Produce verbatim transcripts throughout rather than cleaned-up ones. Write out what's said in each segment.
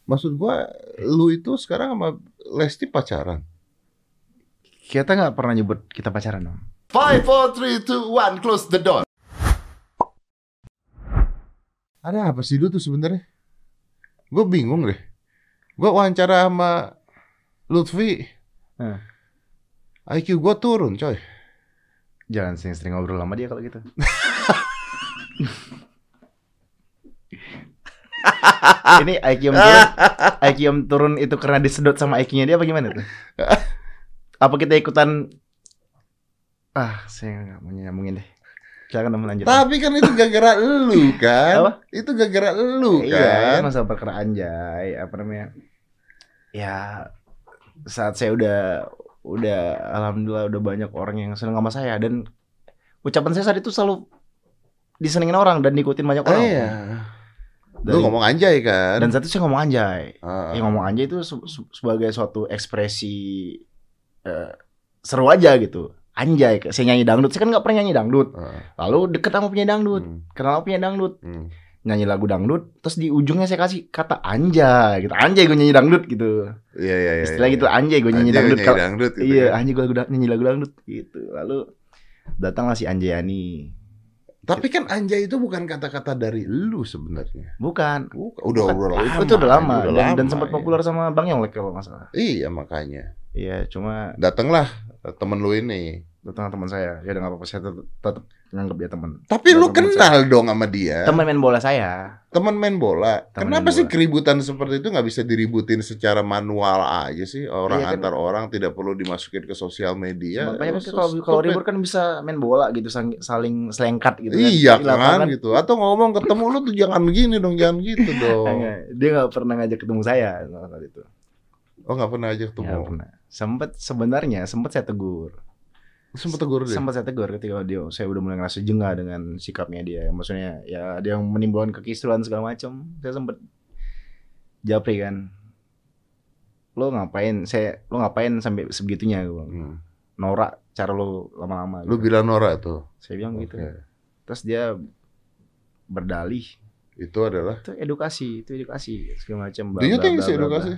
Maksud gua, lu itu sekarang sama Lesti pacaran? Kita nggak pernah nyebut kita pacaran dong. Five, four, three, two, one, close the door. Ada apa sih lu tuh sebenarnya? Gue bingung deh. Gue wawancara sama Lutfi, Hmm. I Q gue turun, coy. Jangan sering-sering ngobrol sama dia kalau gitu. Ini I Q turun, I Q turun itu karena disedot sama I Q-nya dia apa gimana tuh? Apa kita ikutan? Ah, saya nggak mau nyambungin deh. Silakan teman lanjut. Tapi kan itu gara-gara lu kan? Apa? Itu gara-gara lu Iya, kan? masa perkara anjay, apa namanya? Ya, saat saya udah udah alhamdulillah udah banyak orang yang seneng sama saya dan ucapan saya saat itu selalu disenengin orang dan diikutin banyak orang. Oh, iya. Dari, Lu ngomong anjay kan? Dan saat itu saya ngomong anjay. Uh. Ya ngomong anjay itu se- se- sebagai suatu ekspresi uh, seru aja gitu. Anjay, saya nyanyi dangdut, saya kan nggak pernah nyanyi dangdut. Uh. Lalu deket sama penyanyi dangdut, Hmm. kenal sama penyanyi dangdut, Hmm. nyanyi lagu dangdut, terus di ujungnya saya kasih kata anjay gitu, anjay gue nyanyi dangdut gitu. Iya iya iya. Istilah iya. gitu, anjay gue nyanyi Anjay, dangdut. nyanyi Kalo, dangdut gitu iya, kan? anjay gue lagu, nyanyi lagu dangdut gitu. Lalu datanglah si Anjayani. Tapi kan anjay itu bukan kata-kata dari lu sebenarnya. Bukan. Bukan. Udah Bukan. udah lama. Itu udah lama udah dan, lama, dan sempat ya. populer sama Bang Yonglek kalau nggak salah. Iya makanya. Iya, cuma Datanglah temen lu ini. datang teman saya. Ya udah nggak apa-apa, saya tetap, tetap nganggap dia teman. Tapi Dan lu teman kenal dong sama dia. Teman main bola saya. Temen main bola. Temen Kenapa main sih bola. keributan seperti itu nggak bisa diributin secara manual aja sih? Orang Iya, kan. antar orang tidak perlu dimasukin ke sosial media. Makanya kan Terus- kalau terus- kalau terus- ribut kan bisa main bola gitu, sang- saling selengkat gitu kan. Iya Di kan lapangan. gitu. Atau ngomong ketemu lu tuh jangan begini dong, jangan gitu dong. Enggak, dia nggak pernah ngajak ketemu saya saat itu. Oh nggak pernah aja ketemu. Nggak pernah. Sempet sebenarnya sempet saya tegur. Sempet tegur dia. Sempat saya tegur ketika dia saya udah mulai ngerasa jengah dengan sikapnya dia. Maksudnya ya dia yang menimbulkan kekisruhan segala macam. Saya sempat japri kan. Lo ngapain? Saya lo ngapain sampai sebegitunya gue. Hmm. Norak cara lo lama-lama Lu gitu. bilang Nora tuh. Saya bilang gitu. Oke. Terus dia berdalih Itu adalah. itu edukasi, itu edukasi segala macam. bla, Do you bla, think bla, it's bla, bla. edukasi?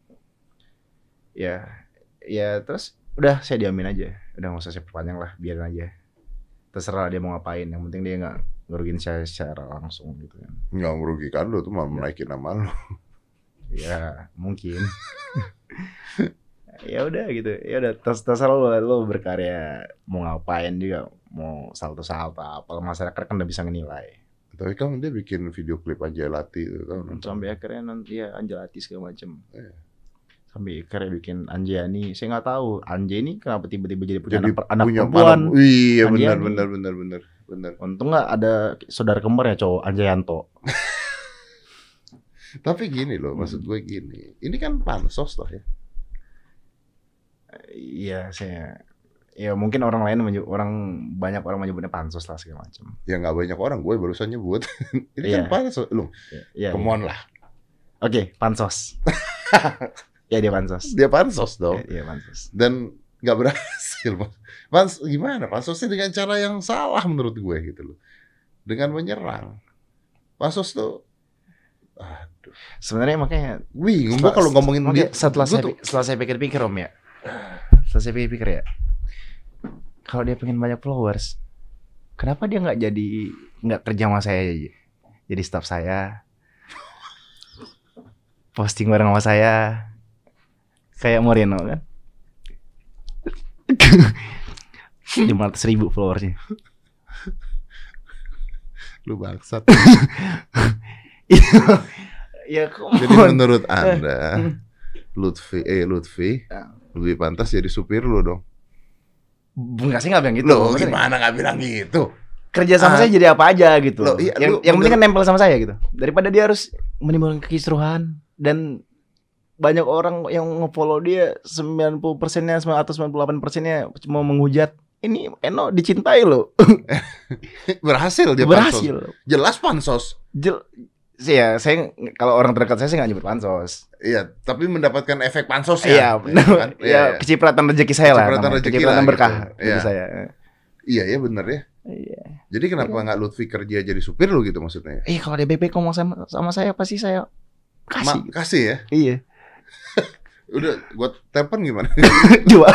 Ya, ya terus udah saya diamin aja. Udah nggak usah saya perpanjang lah, biarin aja. Terserah dia mau ngapain. Yang penting dia nggak ngerugiin saya secara langsung gitu kan. Nggak merugikan lu tuh malah menaikin nama lu. Ya mungkin. Ya udah gitu. Ya udah terus terserah lo, lo berkarya mau ngapain juga, mau salto-salto apa, masyarakat kan udah bisa menilai. Tapi kan dia bikin video klip Anjelati itu kan. Sampai akhirnya nanti ya Anjelati segala macem. Iya. Sampai akhirnya bikin Anjani. Saya nggak tahu Anjani kenapa tiba-tiba jadi punya Jadi anak, anak punya perempuan. anak- Iya Anjani. benar benar benar benar benar. Untung nggak ada saudara kembar ya cowok Anjayanto. Tapi gini loh, maksud gue gini. Ini kan pansos loh ya. Iya saya. Ya mungkin orang lain menye- orang banyak orang menyebutnya pansos lah segala macam. Ya nggak banyak orang, gue barusan nyebut. Ini Iya. kan pansos. Lu, Iya. come on lah. Oke, pansos. Ya dia pansos. Dia pansos dong. Ya, dia pansos. Dan nggak berhasil. Pans gimana? Pansosnya dengan cara yang salah menurut gue gitu loh. Dengan menyerang. Pansos tuh, aduh, Sebenarnya makanya bingung gue kalau ngomongin makanya dia. setelah gua saya tuh, setelah saya pikir-pikir Om ya. Setelah saya pikir-pikir ya. Kalau dia pengen banyak followers, kenapa dia nggak jadi nggak kerja sama saya aja? Jadi staff saya. Posting bareng sama saya. Kayak Moreno kan. lima ratus ribu followersnya. lu bangsat. Ya come Jadi on. menurut Anda, Lutfi, eh Lutfi, lebih pantas jadi supir lu dong. Enggak sih nggak bilang gitu. Loh, Maksudnya, gimana nggak bilang gitu? kerja sama Ah. saya jadi apa aja gitu. Loh, iya, yang lu yang penting kan bener- nempel sama saya gitu. Daripada dia harus menimbulkan kekisruhan dan banyak orang yang nge-follow dia sembilan puluh persennya atau sembilan puluh delapan persennya cuma menghujat. Ini Eno dicintai loh. Berhasil dia Berhasil. pansos. Jelas pansos. Jel ya, saya kalau orang terdekat saya sih nggak nyebut pansos. Iya, tapi mendapatkan efek pansosnya. Iya, benar. kan? Ya, Iya, iya. kecipratan rezeki saya lah. Kecipratan namanya. rezeki Kecipratan lah, berkah gitu. bagi Iya. saya. Iya, iya bener ya. Iya. Jadi kenapa nggak Lutfi kerja jadi supir lu gitu maksudnya? Eh kalau dia B P ngomong sama, sama saya pasti saya kasih. Ma- kasih ya. Iya. Udah gua telepon gimana? Coba.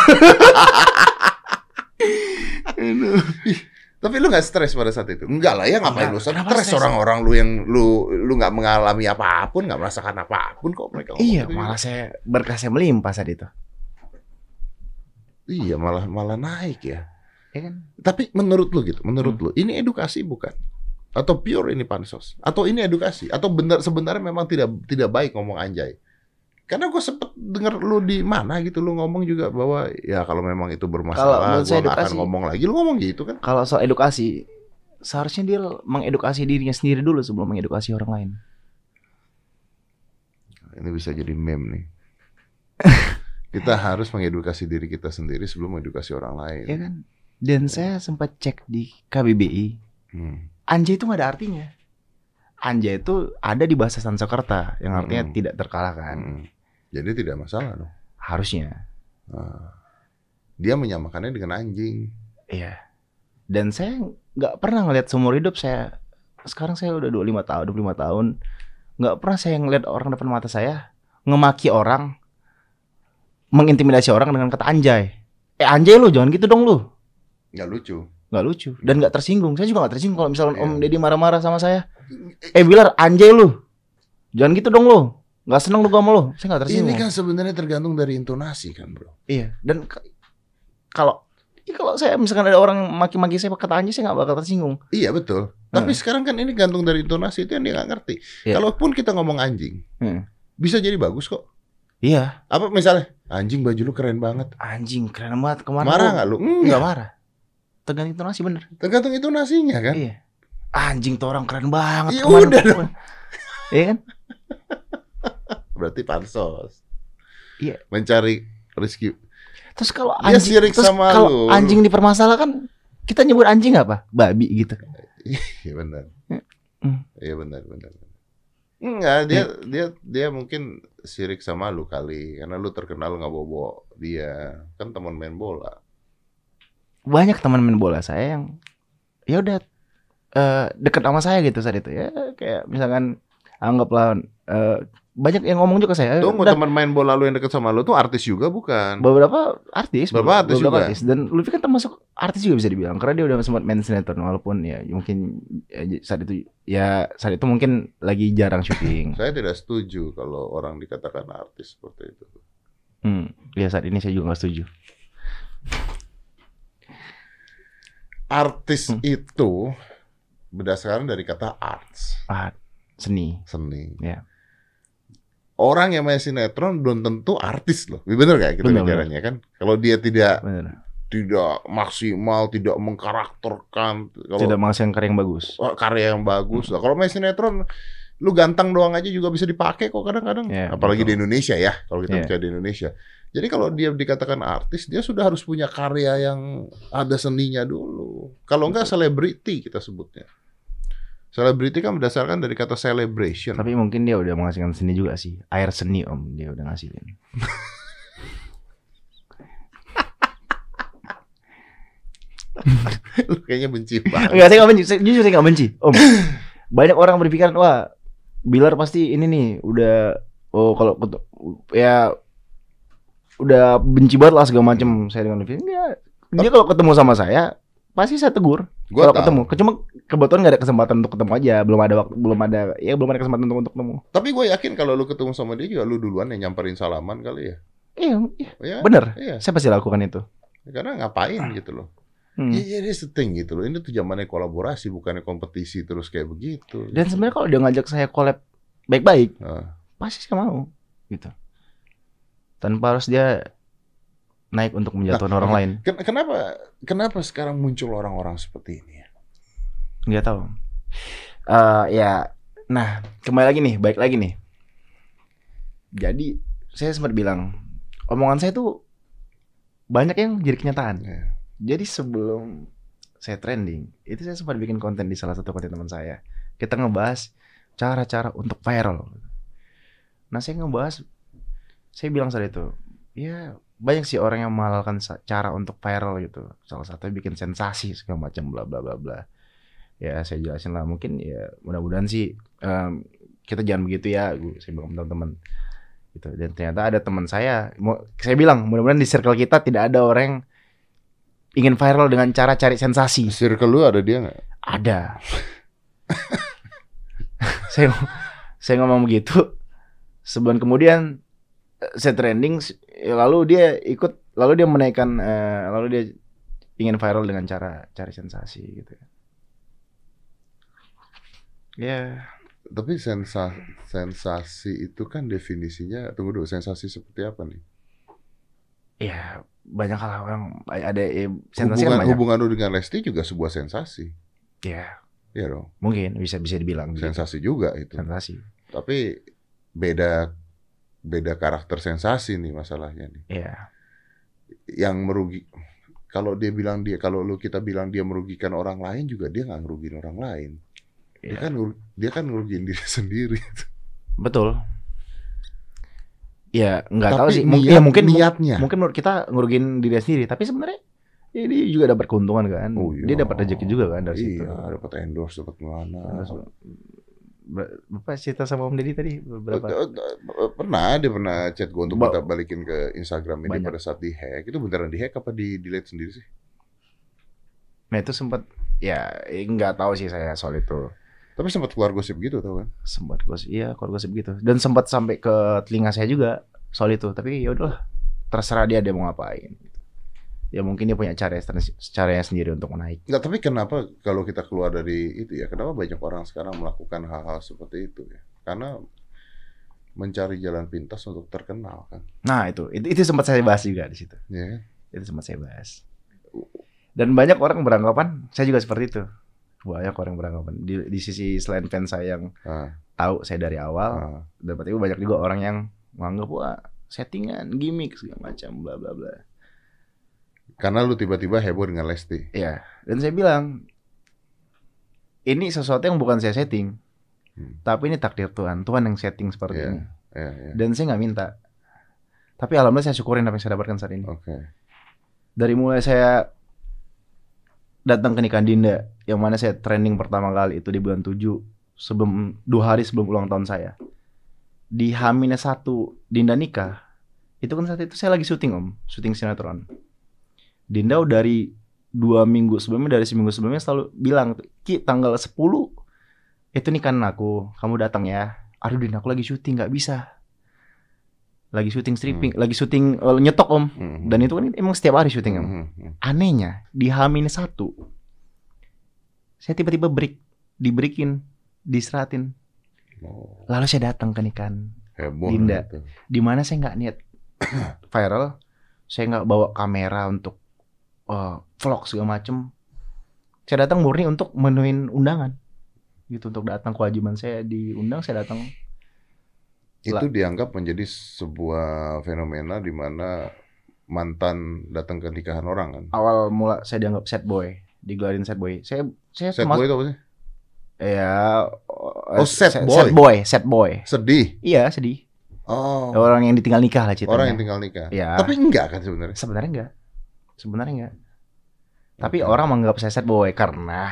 Tapi lu nggak stres pada saat itu? Enggak lah ya, ngapain lu Kenapa stres? stres? Orang-orang lu yang lu lu nggak mengalami apapun, nggak merasakan apapun kok mereka ngomong Iya, gitu juga. malah saya berkah saya melimpah saat itu. Iya, malah malah naik ya. Ya kan? Tapi menurut lu gitu, menurut Hmm. lu ini edukasi bukan? Atau pure ini pansos? Atau ini edukasi? Atau benar sebenarnya memang tidak tidak baik ngomong anjay? Karena gue sempet denger lu di mana gitu, lu ngomong juga bahwa ya kalau memang itu Kalau bermasalah, menurut gue saya nggak akan edukasi. ngomong lagi. Lu ngomong gitu kan? Kalau soal edukasi, seharusnya dia mengedukasi dirinya sendiri dulu sebelum mengedukasi orang lain. Ini bisa jadi meme nih. Kita harus mengedukasi diri kita sendiri sebelum mengedukasi orang lain. Ya kan? Dan saya sempat cek di K B B I, Hmm. anjay itu nggak ada artinya. Anjay itu ada di bahasa Sanskerta yang artinya Hmm. tidak terkalahkan. Hmm. Jadi tidak masalah dong. Harusnya. Nah, dia menyamakannya dengan anjing. Iya. Dan saya nggak pernah ngelihat seumur hidup saya. Sekarang saya udah dua puluh lima tahun, dua puluh lima tahun. Nggak pernah saya ngelihat orang depan mata saya ngemaki orang, mengintimidasi orang dengan kata anjay. Eh anjay lu, jangan gitu dong lu. Nggak lucu. Nggak lucu. Dan nggak tersinggung. Saya juga nggak tersinggung kalau misalnya Iya. Om Deddy marah-marah sama saya. Eh Bilar, anjay lu. Jangan gitu dong lu. Nggak seneng lu gua sama lu. Saya nggak tersinggung. Ini kan sebenarnya tergantung dari intonasi kan, bro. Iya. Dan k- kalau ya kalau saya misalkan ada orang maki-maki saya kata anjay, saya nggak bakal tersinggung. Iya betul. Tapi sekarang kan ini gantung dari intonasi, itu yang dia nggak ngerti. Iya. Kalaupun kita ngomong anjing, Hmm. bisa jadi bagus kok. Iya. Apa misalnya, anjing baju lu keren banget. Anjing keren banget kemarin. Marah lu- nggak lu? Nggak Enggak. marah. Tergantung intonasi bener. Tergantung intonasinya kan. Iya. Anjing tuh orang keren banget. Ya kemarin. udah dong. Iya kan? Berarti pansos. Iya. Mencari rezeki. Terus kalau Dia anjing sirik terus sama kalau lu. anjing dipermasalahkan, kita nyebut anjing apa? Babi gitu. Iya benar. Hmm. Iya benar benar. Enggak, dia dia dia mungkin sirik sama lu kali, karena lu terkenal nggak bobo dia, kan teman main bola. Banyak teman main bola saya yang ya udah eh, deket sama saya gitu saat itu ya, kayak misalkan anggaplah eh, banyak yang ngomong juga ke saya. Tunggu, Udah, teman main bola lu yang deket sama lu tuh artis juga bukan? beberapa artis, Beberapa artis juga. dan Luffy kan termasuk artis juga bisa dibilang karena dia udah sempat main sinetron walaupun ya mungkin ya, saat itu ya saat itu mungkin lagi jarang syuting. Saya tidak setuju kalau orang dikatakan artis seperti itu. Hmm, ya saat ini saya juga nggak setuju. Artis Hmm. itu berdasarkan dari kata arts, Ah, seni. seni. Ya. Orang yang main sinetron belum tentu artis loh. Bener gak kita Bener, bicaranya kan? Kalau dia tidak Benar. tidak maksimal, tidak mengkarakterkan, kalau Tidak menghasilkan karya yang bagus. oh, karya yang bagus lah. Kalau main sinetron, lu ganteng doang aja juga bisa dipakai kok kadang-kadang. Ya, Apalagi betul. di Indonesia ya, kalau kita Ya. bicara di Indonesia. Jadi kalau dia dikatakan artis, dia sudah harus punya karya yang ada seninya dulu. Kalau enggak selebriti kita sebutnya. Selebriti kan berdasarkan dari kata celebration. Tapi mungkin dia udah menghasilkan seni juga sih. Air seni om dia udah ngasilin. Lu kayaknya benci banget. Enggak, saya nggak benci. Saya, jujur saya nggak benci om. Banyak orang berpikiran wah Bilar pasti ini nih udah oh kalau ketu- ya udah benci banget lah segala macam saya dengan Luffy. Enggak. Dia kalau ketemu sama saya pasti saya tegur. Gua Kalau tahu. ketemu, cuma kebetulan nggak ada kesempatan untuk ketemu aja, belum ada waktu, belum ada, ya belum ada kesempatan untuk, untuk ketemu. Tapi gue yakin kalau lu ketemu sama dia juga lu duluan yang nyamperin salaman kali ya. Iya, iya, Oh, ya? bener. Iya. Saya pasti lakukan itu. Karena ngapain gitu loh. Hmm. Iya, dia setting gitu loh. Ini tuh zamannya kolaborasi, bukannya kompetisi terus kayak begitu. Dan sebenarnya kalau dia ngajak saya collab baik-baik, Nah, pasti saya mau, gitu. Tanpa harus dia naik untuk menjatuhkan Nah, orang oke. lain. ken- kenapa kenapa sekarang muncul orang-orang seperti ini ya? Nggak tahu. Eh ya, nah kembali lagi nih, baik lagi nih. Jadi saya sempat bilang, omongan saya tuh banyak yang jadi kenyataan. Ya. Jadi sebelum saya trending, itu saya sempat bikin konten di salah satu konten teman saya. Kita ngebahas cara-cara untuk viral. Nah saya ngebahas, saya bilang saat itu, ya banyak sih orang yang menghalalkan sa- cara untuk viral gitu. Salah satunya bikin sensasi segala macam bla bla bla bla. Ya saya jelasin lah, mungkin ya mudah-mudahan sih em, kita jangan begitu ya, gue saya bilang teman-teman gitu. Dan ternyata ada teman saya, mau saya bilang mudah-mudahan di circle kita tidak ada orang yang ingin viral dengan cara cari sensasi. Circle lu ada dia nggak? Ada. saya saya ngomong begitu, sebulan kemudian saya trending, lalu dia ikut, lalu dia menaikkan, uh, lalu dia ingin viral dengan cara cari sensasi gitu. Ya. Yeah. Tapi sensa, sensasi itu kan definisinya, tunggu dulu, sensasi seperti apa nih? Ya banyak hal orang ada ya, sensasi hubungan, kan banyak. Hubungan lu dengan Lesti juga sebuah sensasi. Ya. Iya dong. Mungkin bisa bisa dibilang. Sensasi gitu. juga itu. Sensasi. Tapi beda beda karakter sensasi nih masalahnya nih. Iya. Yang merugi, kalau dia bilang dia, kalau lu kita bilang dia merugikan orang lain juga dia nggak ngerugiin orang lain. Dia ya. kan dia kan ngerugiin diri sendiri. Betul. Ya nggak tahu sih. Niat, ya, mungkin niatnya. Mungkin menurut kita ngerugiin diri sendiri. Tapi sebenarnya ya dia juga dapat keuntungan kan. Oh, iya. Dia dapat rezeki juga kan dari iya, situ. Iya, dapat endorse, dapat mana. Bapak cerita sama Om Deddy tadi berapa? Pernah, dia pernah chat gue untuk minta balikin ke Instagram ini banyak. Pada saat di hack. Itu beneran di hack apa di delete sendiri sih? Nah itu sempat ya nggak tahu sih saya soal itu. Tapi sempat keluar gosip gitu tau kan? Sempat gosip, iya keluar gosip gitu. Dan sempat sampai ke telinga saya juga soal itu. Tapi ya udahlah, terserah dia dia mau ngapain. Ya mungkin dia punya cara caranya sendiri untuk menaik. Nggak, tapi kenapa kalau kita keluar dari itu ya? Kenapa banyak orang sekarang melakukan hal-hal seperti itu ya? Karena mencari jalan pintas untuk terkenal kan? Nah itu, itu, itu sempat saya bahas juga di situ. Yeah. Itu sempat saya bahas. Dan banyak orang beranggapan saya juga seperti itu. Banyak orang beranggapan di, di sisi selain fans saya yang ah. tahu saya dari awal, ah. dan tiba-tiba banyak juga orang yang menganggap wah settingan, gimmick segala macam, bla bla bla. Karena lu tiba-tiba heboh dengan Lesti. Iya, dan saya bilang ini sesuatu yang bukan saya setting, hmm. tapi ini takdir Tuhan, Tuhan yang setting seperti yeah. ini. Yeah, yeah. Dan saya nggak minta, tapi alhamdulillah saya syukurin apa yang saya dapatkan saat ini. Okay. Dari mulai saya datang ke nikahan Dinda, yang mana saya trending pertama kali itu di bulan tujuh, sebelum dua hari sebelum ulang tahun saya. Di H minus satu Dinda nikah, itu kan saat itu saya lagi syuting om, syuting sinetron. Dinda dari dua minggu sebelumnya, dari seminggu sebelumnya selalu bilang, Ki tanggal sepuluh itu nikahan aku, kamu datang ya. Aduh Dinda aku lagi syuting, nggak bisa. Lagi syuting stripping, hmm. lagi syuting uh, nyetok om, hmm. dan itu kan emang setiap hari syuting om. Hmm. Anehnya di H minus satu, saya tiba-tiba break, dibreakin, diseratin. Oh. Lalu saya datang ke nikahan Dinda, di mana saya nggak niat viral, saya nggak bawa kamera untuk uh, vlog segala macem. Saya datang murni untuk menuin undangan, gitu, untuk datang, kewajiban saya diundang, saya datang. Itu dianggap menjadi sebuah fenomena di mana mantan datang ke nikahan orang kan? Awal mula saya dianggap sad boy, digelarin sad boy. Saya saya sad boy itu apa sih? Ya, oh sad, sad boy. Sad boy, sad boy. Sedih. Iya, sedih. Oh. Orang yang ditinggal nikah lah ceritanya. Orang yang tinggal nikah. Ya. Tapi enggak kan sebenarnya? Sebenarnya enggak. Sebenarnya enggak. Tapi okay. orang menganggap saya sad boy karena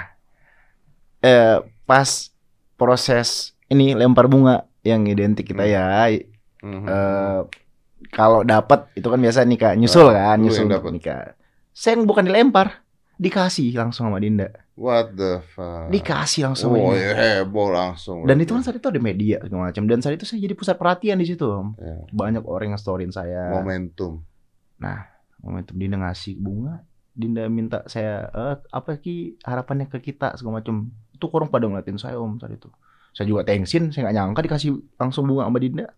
eh pas proses ini lempar bunga yang identik kita ya, mm-hmm. uh, kalau dapat itu kan biasa nikah nyusul kan, nyusul nikah. Saya bukan dilempar, dikasih langsung sama Dinda. What the fuck? Dikasih langsung. Oh ya heboh langsung. Dan itu kan saat itu ada media segala macam, dan saat itu saya jadi pusat perhatian di situ. Yeah. Banyak orang yang storyin saya. Momentum. Nah, momentum Dinda ngasih bunga, Dinda minta saya eh, apa ki harapannya ke kita segala macam. Itu orang pada ngeliatin saya om saat itu. Saya juga tensin, saya nggak nyangka dikasih langsung bunga sama Dinda.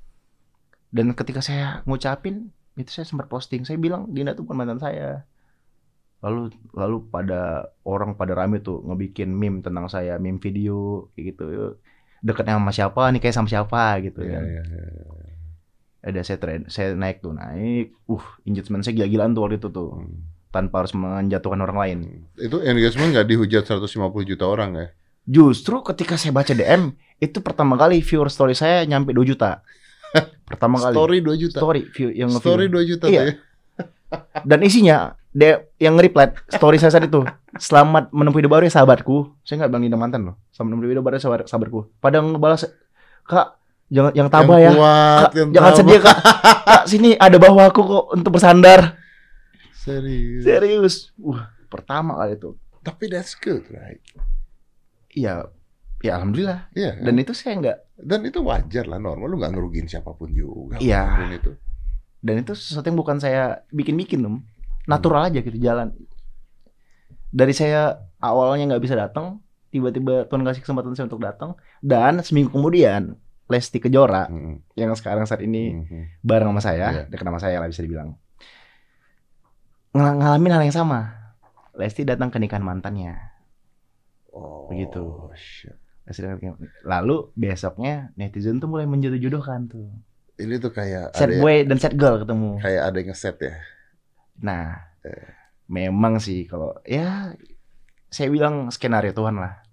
Dan ketika saya ngucapin, itu saya sempat posting. Saya bilang Dinda tuh bukan mantan saya. Lalu lalu pada orang pada rame tuh ngebikin meme tentang saya, meme video kayak gitu. Dekatnya sama siapa, nih kayak sama siapa gitu yeah, kan. Yeah, yeah, yeah. Ada saya trend, saya naik tuh naik. Uh, engagement saya gila-gilaan tuh waktu itu tuh. Hmm. Tanpa harus menjatuhkan orang lain. Itu engagement nggak dihujat seratus lima puluh juta orang ya? Justru ketika saya baca D M, itu pertama kali viewer story saya nyampe dua juta. Pertama kali. Story dua juta? Story, view, yang story dua juta iya. Ya? Dan isinya, dia yang nge-reply story saya saat itu, selamat menempuh hidup baru ya sahabatku. Saya nggak bilang Dinda mantan loh. Selamat menempuh hidup baru ya sahabat, sahabatku. Pada ngebalas, Kak jangan yang tabah yang ya, kuat, Kak, yang jangan tabah. sedih Kak, Kak sini ada bahu aku kok untuk bersandar. Serius. Serius, wah pertama kali itu. Tapi that's good, right? Iya, ya alhamdulillah. Iya. Kan? Dan itu saya nggak. Dan itu wajar lah, normal. Lu nggak ngerugiin siapapun juga. Iya. Apapun itu. Dan itu sesuatu yang bukan saya bikin-bikin om, natural aja gitu jalan. Dari saya awalnya nggak bisa datang, tiba-tiba Tuhan kasih kesempatan saya untuk datang. Dan seminggu kemudian Lesti Kejora Mm-hmm. yang sekarang saat ini Mm-hmm. bareng sama saya, Yeah. dekat sama saya lah bisa dibilang, Ng- ngalamin hal yang sama. Lesti datang ke nikahan mantannya. Oh, Begitu. shit. Lesti datang ke- Lalu besoknya netizen tuh mulai menjodoh-jodohkan tuh. Ini tuh kayak Sad ada boy dan sad girl ketemu. kayak ada yang ngeset ya. Nah, Eh. memang sih kalau ya saya bilang skenario Tuhan lah.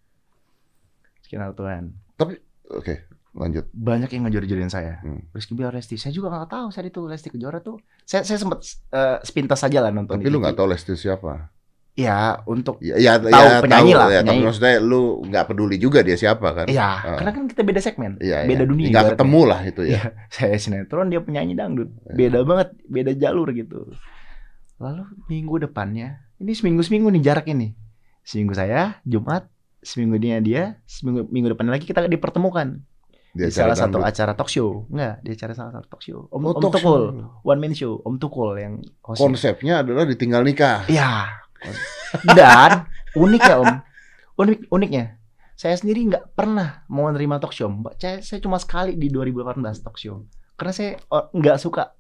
Skenario Tuhan. Oke, lanjut. Banyak yang ngejodoh-jodohin saya. Hmm. Rizky bilang Lesti, saya juga nggak tahu saat itu Lesti Kejora tuh. Saya saya sempat uh, sepintas saja lah nonton. Tapi di lu T V. nggak tahu Lesti siapa? Ya untuk Ya, ya, Tahu ya, penyanyi lah, ya, tapi penyanyi. maksudnya lu nggak peduli juga dia siapa kan? Iya, Ah. karena kan kita beda segmen, Iya, beda iya. dunia. Nggak ibaratnya. ketemu lah itu ya. Iya, saya sinetron, dia penyanyi dangdut. Beda banget, beda jalur gitu. Lalu minggu depannya, ini seminggu-seminggu nih jarak ini. Seminggu saya, Jumat, seminggu dia dia, seminggu minggu depan lagi kita dipertemukan. Dia Di salah acara satu dangdut. acara talk show. Enggak, di acara salah satu talk show. Om, Oh, Om talk Tukul, show. one man show, Om Tukul yang hostnya. Konsepnya adalah ditinggal nikah. Iya. Dan unik ya Om. Unik uniknya. Saya sendiri nggak pernah mau nerima talk show. Mbak, saya, saya cuma sekali di dua ribu delapan belas talk show. Karena saya oh, nggak suka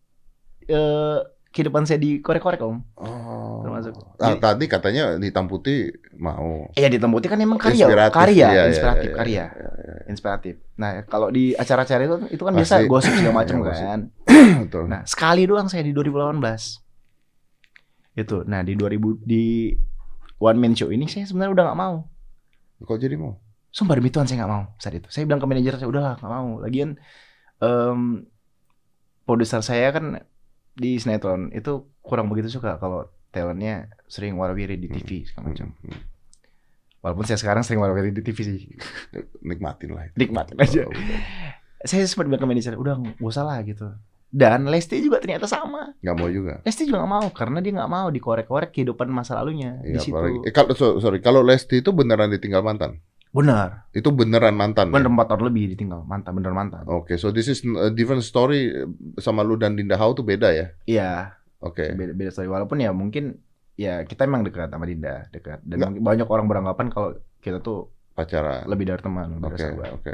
eh kehidupan saya dikorek-korek Om. Oh. Termasuk. Nah, Jadi- tadi katanya hitam putih mau. Iya di Tembuti kan emang karya, Inspiratif, karya, iya, iya, inspiratif, iya, karya, iya, iya. inspiratif. Nah kalau di acara-acara itu itu kan Pasti. biasa gosip segala macam Iya, gosip. kan. Betul. Nah sekali doang saya di dua ribu delapan belas itu. Nah di dua ribu di one man show ini saya sebenarnya udah nggak mau. Kok jadi mau? Sumpah demi Tuhan saya nggak mau saat itu. Saya bilang ke manajer saya udahlah nggak mau. Lagian em produser saya kan di sinetron itu kurang begitu suka kalau talentnya sering warawiri di T V segala macam. Hmm, hmm. Walaupun saya sekarang sering warawiri di T V sih. Nikmatin lah. itu. Nikmatin aja. Oh, udah. Saya sempat bilang ke manajer udah nggak usah lah gitu. Dan Lesti juga ternyata sama. Nggak mau juga. Lesti juga nggak mau karena dia nggak mau dikorek-korek kehidupan masa lalunya di Iya, situ. apalagi. Eh, kalau so- sorry, kalau Lesti itu beneran ditinggal mantan. Benar. Itu beneran mantan. Bener ya? empat tahun lebih ditinggal mantan, bener mantan. Oke, so this is a different story sama lu dan Dinda Hau tuh beda ya? Iya. Oke. Beda, beda story walaupun ya mungkin ya kita emang dekat sama Dinda dekat dan Nggak. mungkin banyak orang beranggapan kalau kita tuh Pacaran. lebih dari teman lebih Oke, dari sahabat. oke.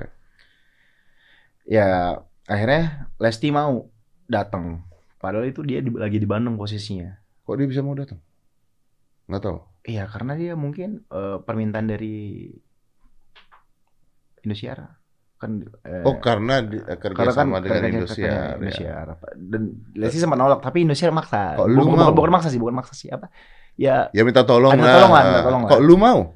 Ya akhirnya Lesti mau datang padahal itu dia di, lagi di Bandung posisinya. Kok dia bisa mau datang? Nggak tahu. Iya karena dia mungkin eh, permintaan dari Indosiar kan eh, Oh, karena di, kerja karena kan sama dengan kerja- Indosiar. kerjanya ya. Indosiar apa. Dan Lesti sempat nolak tapi Indosiar maksa. Kok lu bukan, mau? bukan, bukan maksa sih, bukan maksa sih apa? Ya Ya minta tolong Ada lah. tolongan, minta tolong lah. Kok lu mau?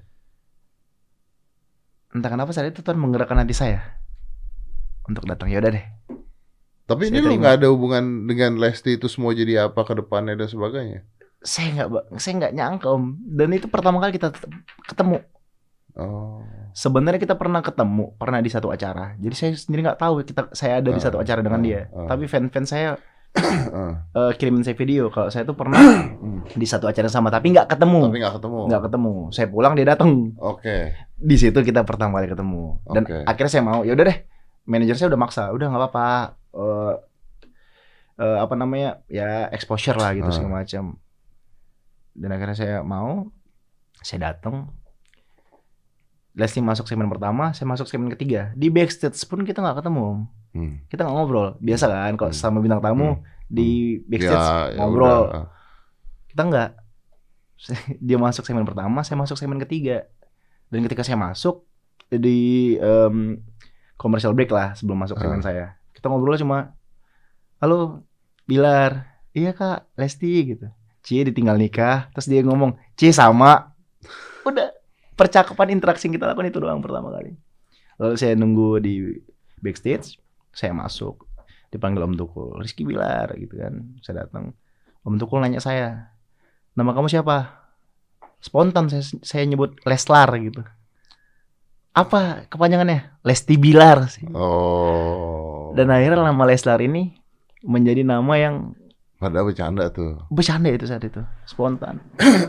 entah kenapa saat itu Tuhan menggerakkan hati saya untuk datang. Ya udah deh. Tapi Saya ini lu terima. nggak ada hubungan dengan Lesti itu semua jadi apa ke depannya dan sebagainya. Saya nggak ba- saya nggak nyangka Om. Dan itu pertama kali kita tet- ketemu. Oh. Sebenarnya kita pernah ketemu, pernah di satu acara. Jadi saya sendiri nggak tahu kita saya ada di Ah, satu acara dengan ah, dia. ah. Tapi fan-fans saya Ah. eh, kirimin saya video kalau saya tuh pernah Hmm. di satu acara sama tapi nggak ketemu. Tapi nggak ketemu. Nggak ketemu. Saya pulang dia datang. Oke. Di situ kita pertama kali ketemu. Dan Oke. akhirnya saya mau. Ya udah deh. Manajer saya udah maksa. Udah nggak apa-apa. Eh, eh, apa namanya? Ya exposure lah gitu Ah. segala macam. Dan akhirnya saya mau. Saya datang. Lesti masuk segmen pertama, saya masuk segmen ketiga. Di backstage pun kita nggak ketemu, Om. Hmm. Kita nggak ngobrol. Biasa kan, kalau Hmm. sama bintang tamu Hmm. di backstage Ya, ya ngobrol. udah. Kita nggak. Dia masuk segmen pertama, saya masuk segmen ketiga. Dan ketika saya masuk di em, commercial break lah sebelum masuk segmen saya, kita ngobrol cuma, halo Bilar, iya kak Lesti gitu. Cie ditinggal nikah, terus dia ngomong, Cie sama. Udah percakapan interaksi yang kita lakukan itu doang pertama kali. Lalu saya nunggu di backstage, saya masuk, dipanggil Om Tukul, Rizky Bilar gitu kan. Saya datang, Om Tukul nanya saya, nama kamu siapa? Spontan saya saya nyebut Leslar gitu. apa kepanjangannya? Lesti Bilar sih. Oh. Dan akhirnya nama Leslar ini menjadi nama yang Padahal bercanda tuh. bercanda itu saat itu, spontan.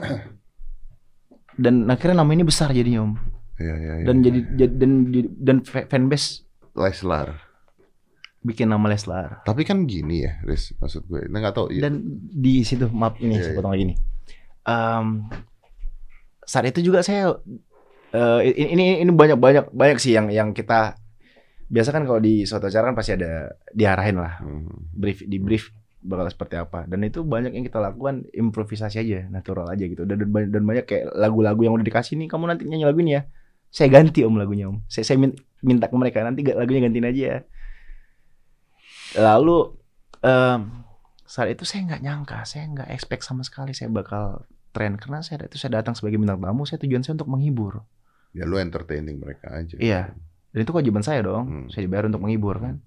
Dan akhirnya nama ini besar jadinya Om. Iya, iya, iya. Dan jadi jadi- dan dan fanbase Leslar. bikin nama Leslar. Tapi kan gini ya, Riz, maksud gue. Nah, nggak tahu. Ya. Dan di situ maaf ini Iya, saya iya. potong lagi nih. Em, saat itu juga saya eh, ini ini ini banyak banyak banyak sih yang yang kita biasa kan kalau di suatu acara kan pasti ada diarahin lah, Hmm. brief di brief bakal seperti apa, dan itu banyak yang kita lakukan improvisasi aja, natural aja gitu, dan dan, banyak- dan banyak kayak lagu-lagu yang udah dikasih nih, kamu nanti nyanyi lagu ini ya, saya ganti Om lagunya Om, saya saya min- minta ke mereka nanti ga- lagunya gantiin aja ya. Lalu em, saat itu saya nggak nyangka, saya nggak expect sama sekali saya bakal tren, karena saya itu saya datang sebagai bintang tamu, saya tujuan saya untuk menghibur. Ya lu entertaining mereka aja. Iya. Dan itu kewajiban saya dong. Hmm. Saya dibayar untuk menghibur kan.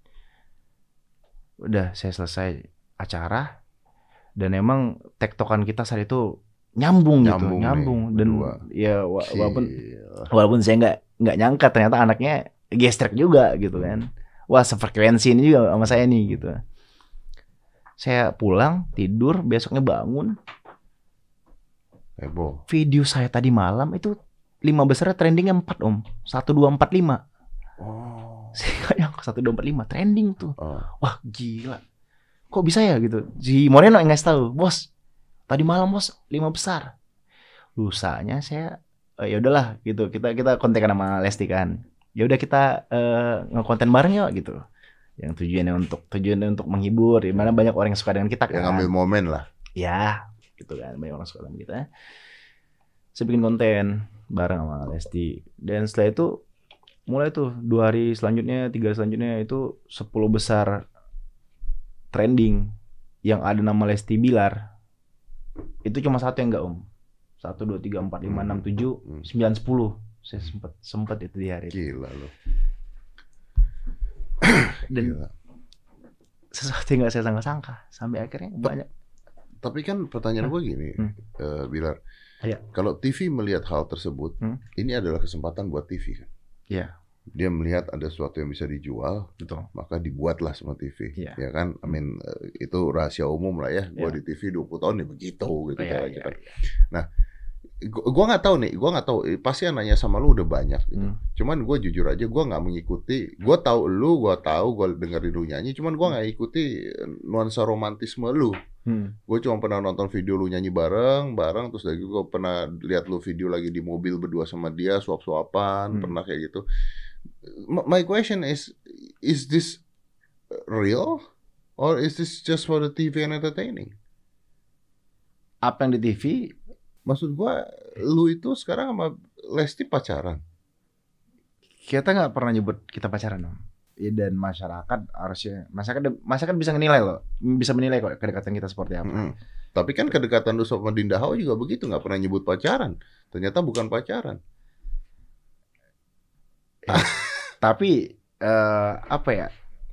Udah saya selesai acara dan emang tektokan kita saat itu nyambung, gitu, Nyambung nih, nyambung dan berdua. ya wa- walaupun Gila. walaupun saya nggak nggak nyangka ternyata anaknya gestrek juga gitu kan. Wah, sefrekuensi ini juga sama saya nih gitu. Saya pulang, tidur, besoknya bangun, Heboh. video saya tadi malam itu lima besarnya trendingnya empat Om. satu dua empat lima. Oh. Saya nggak nyangka satu dua empat lima trending tuh. Oh. Wah gila, kok bisa ya gitu. Si Moreno yang ngasih tahu, bos tadi malam bos lima besar. Lusanya saya eh, ya udahlah gitu, kita kita kontekan sama Lesti kan. Ya udah kita eh, ngekonten bareng yuk gitu. Yang tujuannya untuk tujuannya untuk menghibur, di mana banyak orang yang suka dengan kita kan. Yang ngambil momen lah. Ya gitu kan, banyak orang suka dengan kita. Saya bikin konten bareng sama Lesti, dan setelah itu mulai tuh dua hari selanjutnya, tiga hari selanjutnya itu sepuluh besar trending yang ada nama Lesti Bilar. Itu cuma satu yang enggak Om. Satu, dua, tiga, empat, lima, enam, tujuh, sembilan, sepuluh. Saya sempet sempet itu di hari itu. Gila lu. Dan Gila. sesuatu yang nggak saya sangka-sangka sampai akhirnya banyak. Tapi kan pertanyaan gue gini, Hmm. eh, Bilar. Iya. Kalau T V melihat hal tersebut, Hmm. ini adalah kesempatan buat T V kan. Iya. Dia melihat ada sesuatu yang bisa dijual, Betul. maka dibuatlah sama T V. Iya. Ya kan, I mean, eh, itu rahasia umum lah ya. Gue Iya. di T V dua puluh tahun ya begitu gitu Iya, cara iya, kita. iya. Nah, gua gua nggak tahu nih, gua nggak tahu. eh, Pasti yang nanya sama lu udah banyak gitu. Hmm. Cuman gue jujur aja, gue nggak mengikuti. Gue tahu lu, gue tahu, gue dengerin lu nyanyi. Cuman gue nggak ikuti eh, nuansa romantisme lu. Hmm. Gue cuma pernah nonton video lu nyanyi bareng, bareng. Terus lagi gue pernah lihat lu video lagi di mobil berdua sama dia, suap-suapan, Hmm. pernah kayak gitu. M- My question is, is this real or is this just for the T V and entertaining? Apa yang di T V? Maksud gue, lu itu sekarang sama Lesti pacaran. Kita nggak pernah nyebut kita pacaran Om. Ya, dan masyarakat harusnya masyarakat masyarakat bisa menilai loh, bisa menilai kok kedekatan kita seperti apa. Mm-mm. Tapi kan kedekatan lu sama Dinda Hao juga begitu, nggak pernah nyebut pacaran. Ternyata bukan pacaran. Tapi eh, apa ya?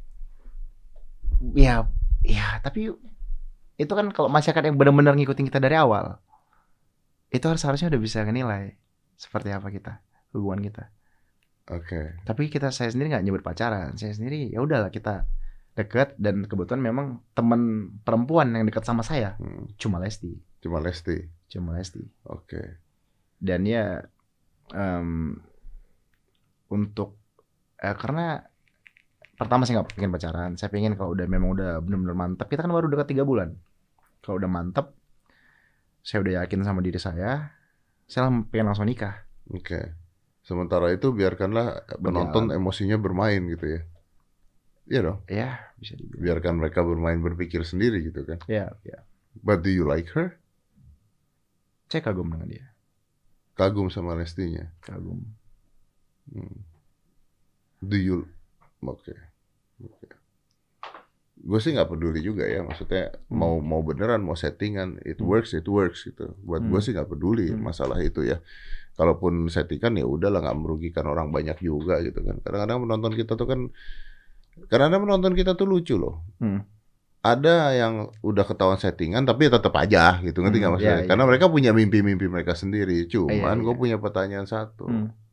Ya, ya tapi itu kan kalau masyarakat yang benar-benar ngikutin kita dari awal, itu harus harusnya udah bisa menilai seperti apa kita, hubungan kita. Oke. Tapi kita saya sendiri nggak nyebut pacaran, saya sendiri ya udahlah kita dekat, dan kebetulan memang teman perempuan yang dekat sama saya Hmm. cuma Lesti, Cuma Lesti. cuma Lesti. Oke. Dan ya em, untuk eh, karena pertama saya nggak pengen pacaran, saya pengen kalau udah memang udah benar-benar mantap, kita kan baru dekat tiga bulan, kalau udah mantap saya udah yakin sama diri saya, saya pengen langsung nikah. Oke. Sementara itu biarkanlah penonton emosinya bermain gitu ya. Iya dong. Ya bisa dibilang. Biarkan mereka bermain berpikir sendiri gitu kan. Ya, ya. But do you like her? Saya kagum dengan dia, Kagum sama Lestinya. kagum. Hmm. Do you? Oke. Oke. Gue sih nggak peduli juga ya. Maksudnya Hmm. mau mau beneran mau settingan, it Hmm. works, it works gitu. Buat gue Hmm. sih nggak peduli Hmm. masalah itu ya. Kalaupun settingan ya udahlah, nggak merugikan orang banyak juga gitu kan. Kadang-kadang penonton kita tuh kan, kadang-kadang penonton kita tuh lucu loh. Hmm. Ada yang udah ketahuan settingan tapi tetap aja gitu, ngerti nggak Hmm, maksudnya? iya, Karena iya. mereka punya mimpi-mimpi mereka sendiri. Cuman Iya, gue iya. punya pertanyaan satu. Hmm.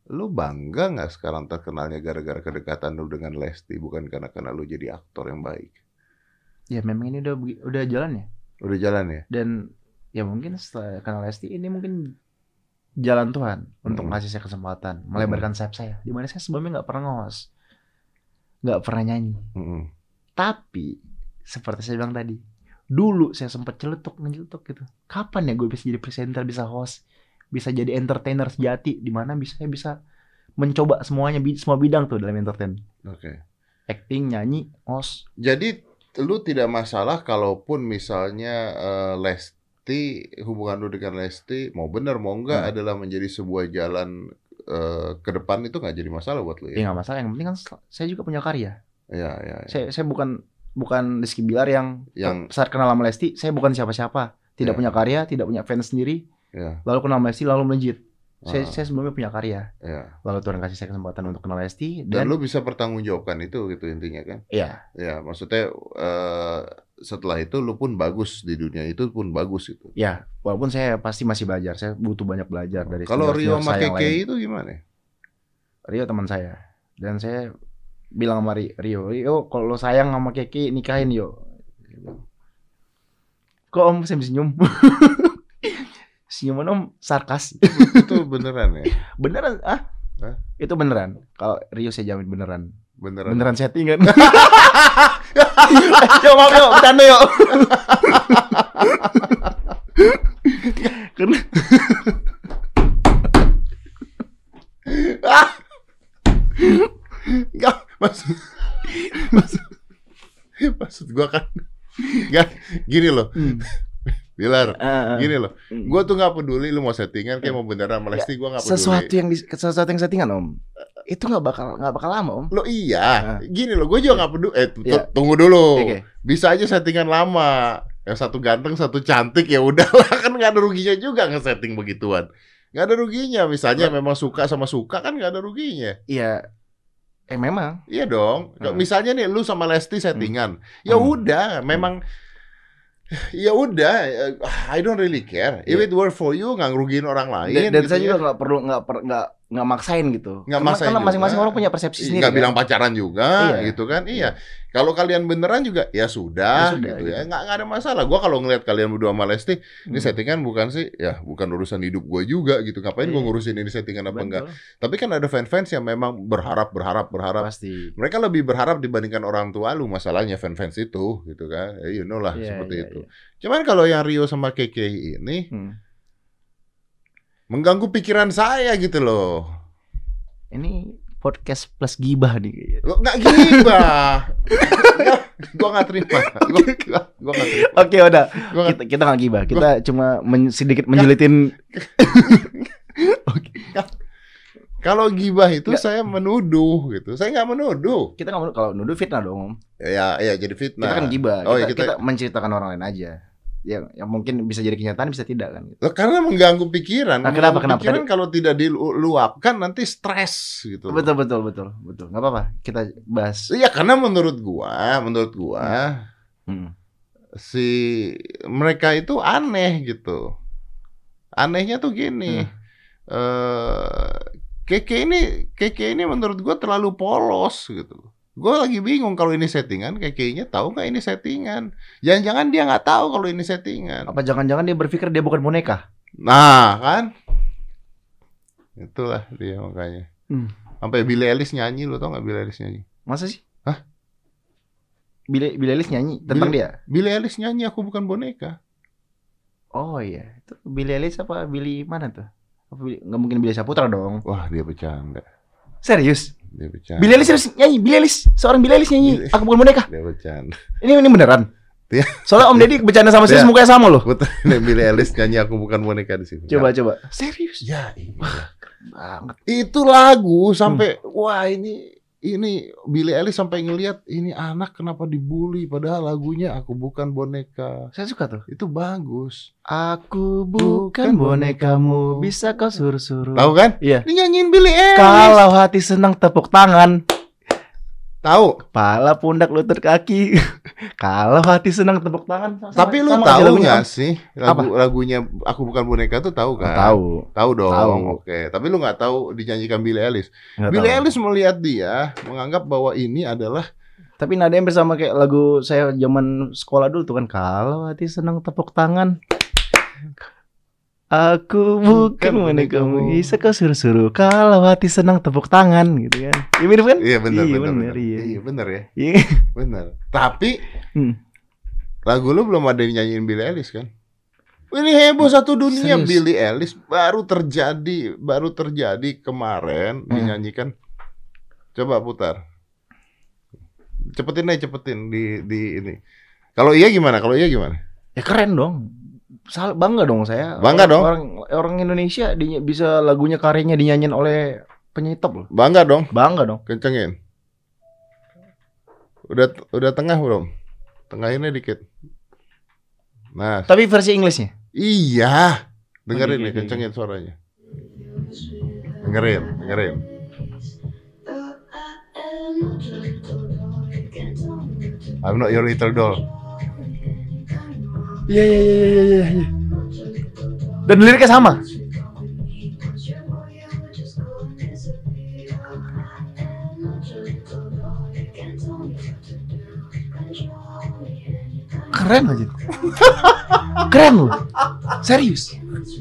Lu bangga nggak sekarang terkenalnya gara-gara kedekatan lu dengan Lesti, bukan karena karena lu jadi aktor yang baik? Ya memang ini udah udah jalan ya. Udah jalan ya. Dan ya mungkin setelah kenal Lesti ini mungkin jalan Tuhan hmm. untuk ngasih saya kesempatan melebarkan sayap saya. Dimana saya sebelumnya nggak pernah ngos, nggak pernah nyanyi. Hmm. Tapi seperti saya bilang tadi, dulu saya sempat celetuk ngeletuk gitu. Kapan ya gue bisa jadi presenter, bisa host, bisa jadi entertainer sejati, di mana bisa saya bisa mencoba semuanya, semua bidang tuh dalam entertain. Oke. Okay. Acting, nyanyi, host. Jadi lu tidak masalah kalaupun misalnya uh, Lesti, hubungan lu dengan Lesti mau benar mau enggak hmm. adalah menjadi sebuah jalan uh, ke depan, itu nggak jadi masalah buat lu ya? Iya nggak masalah. Yang penting kan saya juga punya karya. Iya iya. Ya. Saya saya bukan bukan Rizky Bilar yang, yang saat kenal sama Lesti, saya bukan siapa-siapa, tidak ya. punya karya, tidak punya fans sendiri. Ya. Lalu kenal Lesti, lalu melejit. Saya, ah. saya sebelumnya punya karya. Ya. Lalu Tuhan kasih saya kesempatan untuk kenal Lesti. Dan, dan lu bisa pertanggungjawabkan itu gitu intinya kan? Iya. Ya, maksudnya uh, setelah itu lu pun bagus di dunia itu pun bagus itu. Ya, walaupun saya pasti masih belajar. Saya butuh banyak belajar dari. Kalau Rio sama Keke itu gimana? Rio teman saya. Dan saya bilang sama Rio, Rio kalau lo sayang sama Keke nikahin yo. Kok om saya senyum? Senyuman om sarkas. Itu beneran ya? Beneran ah? Hah? Itu beneran. Kalau Rio saya jamin beneran. Beneran. Beneran settingan. Yo maaf yo, bercanda yo. Karena ah. Enggak, maksud maksud, maksud gue kan nggak gini loh. Hmm. Bilar, uh, gini loh, gue tuh nggak peduli lu mau settingan kayak mau beneran sama Lesti, gue nggak peduli. Sesuatu yang di, sesuatu yang settingan om, itu nggak bakal nggak bakal lama om. Lo iya, uh. gini loh, gue juga nggak peduli. Eh, yeah. tunggu dulu, okay. Bisa aja settingan lama, yang satu ganteng, satu cantik ya udahlah, kan nggak ada ruginya juga nge-setting begituan, nggak ada ruginya. Misalnya memang suka sama suka kan nggak ada ruginya. Iya. Eh memang. Iya dong. Hmm. Misalnya nih lu sama Lesti settingan, hmm. ya udah, hmm. memang. Ya udah, I don't really care. If yeah. it work for you, nggak ngerugiin orang lain. Dan, dan gitu saya ya. juga nggak perlu nggak nggak nggak maksain gitu. Nggak maksain. Karena masing-masing orang punya persepsi sendiri. Nggak kan? Bilang pacaran juga, iya. gitu kan? Iya. Kalau kalian beneran juga, ya sudah, ya sudah gitu, gitu ya. Nggak nggak ada masalah. Gua kalau ngelihat kalian berdua sama Lesti, hmm. ini settingan bukan sih, ya bukan urusan hidup gua juga gitu. Ngapain yeah. gua ngurusin ini settingan apa Betul. enggak? Tapi kan ada fans-fans yang memang berharap, berharap, berharap. Pasti. Mereka lebih berharap dibandingkan orang tua lu. Masalahnya fans-fans itu, gitu kan? Ya, you know lah yeah, seperti yeah, itu. Yeah. Cuman kalau yang Rio sama Keke ini hmm. mengganggu pikiran saya gitu loh. Ini podcast plus gibah nih. Lo nggak gibah. Gua nggak terima. Gua, gua, gua nggak terima. Oke udah. Gua kita kita nggak gibah. Kita gua, cuma men, sedikit menjelitin. Oke. Kalau gibah itu gak. Saya menuduh gitu. Saya nggak menuduh. Kita nggak menuduh. Kalau nuduh fitnah dong. Ya ya jadi fitnah. Kita kan gibah. Oh, kita, ya, kita... kita menceritakan orang lain aja. Ya, yang mungkin bisa jadi kenyataan bisa tidak kan? Loh, karena mengganggu pikiran. Nah, kenapa kenapa? Pikiran kalau tidak diluapkan nanti stres gitu. Betul betul betul betul. Nggak apa-apa. Kita bahas. Iya karena menurut gua, menurut gua hmm. si mereka itu aneh gitu. Anehnya tuh gini. Hmm. Uh, Keke ini, Keke ini menurut gua terlalu polos gitu. Gue lagi bingung kalau ini settingan, Keke-nya tahu nggak ini settingan? Jangan-jangan dia nggak tahu kalau ini settingan. Apa jangan-jangan dia berpikir dia bukan boneka? Nah, kan? Itulah dia makanya. Hmm. Sampai Billie Eilish nyanyi, lo tau nggak Billie Eilish nyanyi? Masa sih? Hah? Billie, Billie Eilish nyanyi tentang Billie, dia? Billie Eilish nyanyi Aku Bukan Boneka. Oh iya, itu Billie Eilish apa Billie mana tuh? Apa Billie, nggak mungkin Billie Saputra dong? Wah dia bercanda. Serius? Dia bercanda. Billie Eilish harus nyanyi, Billie Eilish, seorang Billie Eilish nyanyi Billie... Aku Bukan Boneka. Dia bercanda. Ini ini beneran. Soalnya Om Deddy bercanda sama saya, mukanya sama loh. Betul. Billie Eilish nyanyi Aku Bukan Boneka di sini. Coba coba. Serius? Ya iya. Banget. Itu lagu sampai hmm. wah ini ini Billie Eilish sampai ngelihat ini anak kenapa dibully padahal lagunya Aku Bukan Boneka. Saya suka tuh. Itu bagus. Aku bukan bonekamu, bisa kau suruh-suruh. Tahu kan? Iya. Ini nyanyiin Billie Eilish. Kalau hati senang tepuk tangan. Tahu? Kepala, pundak, lutut, kaki. Kalau hati senang tepuk tangan. Sama, Tapi lu sama tahu lagunya, nggak sih lagu lagunya Aku Bukan Boneka tuh tahu kan? Tahu. Tahu dong. Tahu. Oke. Tapi lu nggak tahu dinyanyikan Billie Eilish. Nggak Billie tahu. Eilish melihat dia menganggap bahwa ini adalah. Tapi nadanya bersama kayak lagu saya zaman sekolah dulu tuh kan. Kalau hati senang tepuk tangan. Aku bukan boneka kamu, bisa kau suruh-suruh. Kalau hati senang tepuk tangan gitu kan. Iya mirip kan? Iya benar iya, benar. bener, benar. iya. Iya benar ya. Iya. Benar. Tapi Hmm. lagu lu belum ada yang nyanyiin Billie Eilish kan? Ini heboh satu dunia. Serius? Billie Eilish baru terjadi, baru terjadi kemarin Hmm. dinyanyikan. Coba putar. Cepetin aja, cepetin di di ini. Kalau iya gimana? Kalau iya gimana? Ya keren dong. Sal bangga dong saya. Bangga orang, dong. Orang orang Indonesia di, bisa lagunya karyanya dinyanyiin oleh penyanyi top loh. Bangga dong. Bangga dong. Kencengin. Udah udah tengah belum? Tengahinnya dikit. Nah, Tapi versi Inggrisnya. iya. Dengerin Oh, nih, iya, iya, kencengin suaranya. Dengerin, dengerin. I'm not your little doll. Iya iya iya iya iya. iya. Dan liriknya sama. Keren aja. Keren loh. Serius.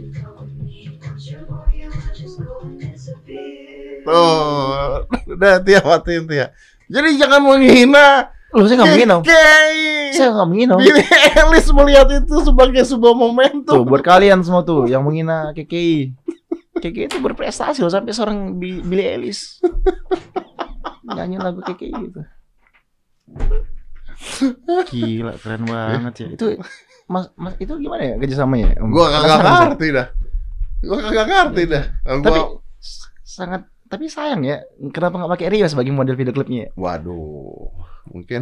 Tuh, udah Tia matiin Tia. Jadi jangan menghina. Loh saya nggak menghina. K K I. Saya nggak menghina. Billie Eilish melihat itu sebagai sebuah momentum. Tuh buat kalian semua tuh yang menghina K K I. K K I itu berprestasi loh sampai seorang Bi- Billie Eilish nyanyi lagu K K I gitu. Gila keren banget ya. Itu Mas, mas itu gimana ya kerjasamanya? Om? Gua kagak Penasaran saya. ngerti dah. Gua kagak ngerti dah. Gua, Tapi s- sangat tapi sayang ya, kenapa nggak pakai Rio sebagai model video klipnya? waduh, mungkin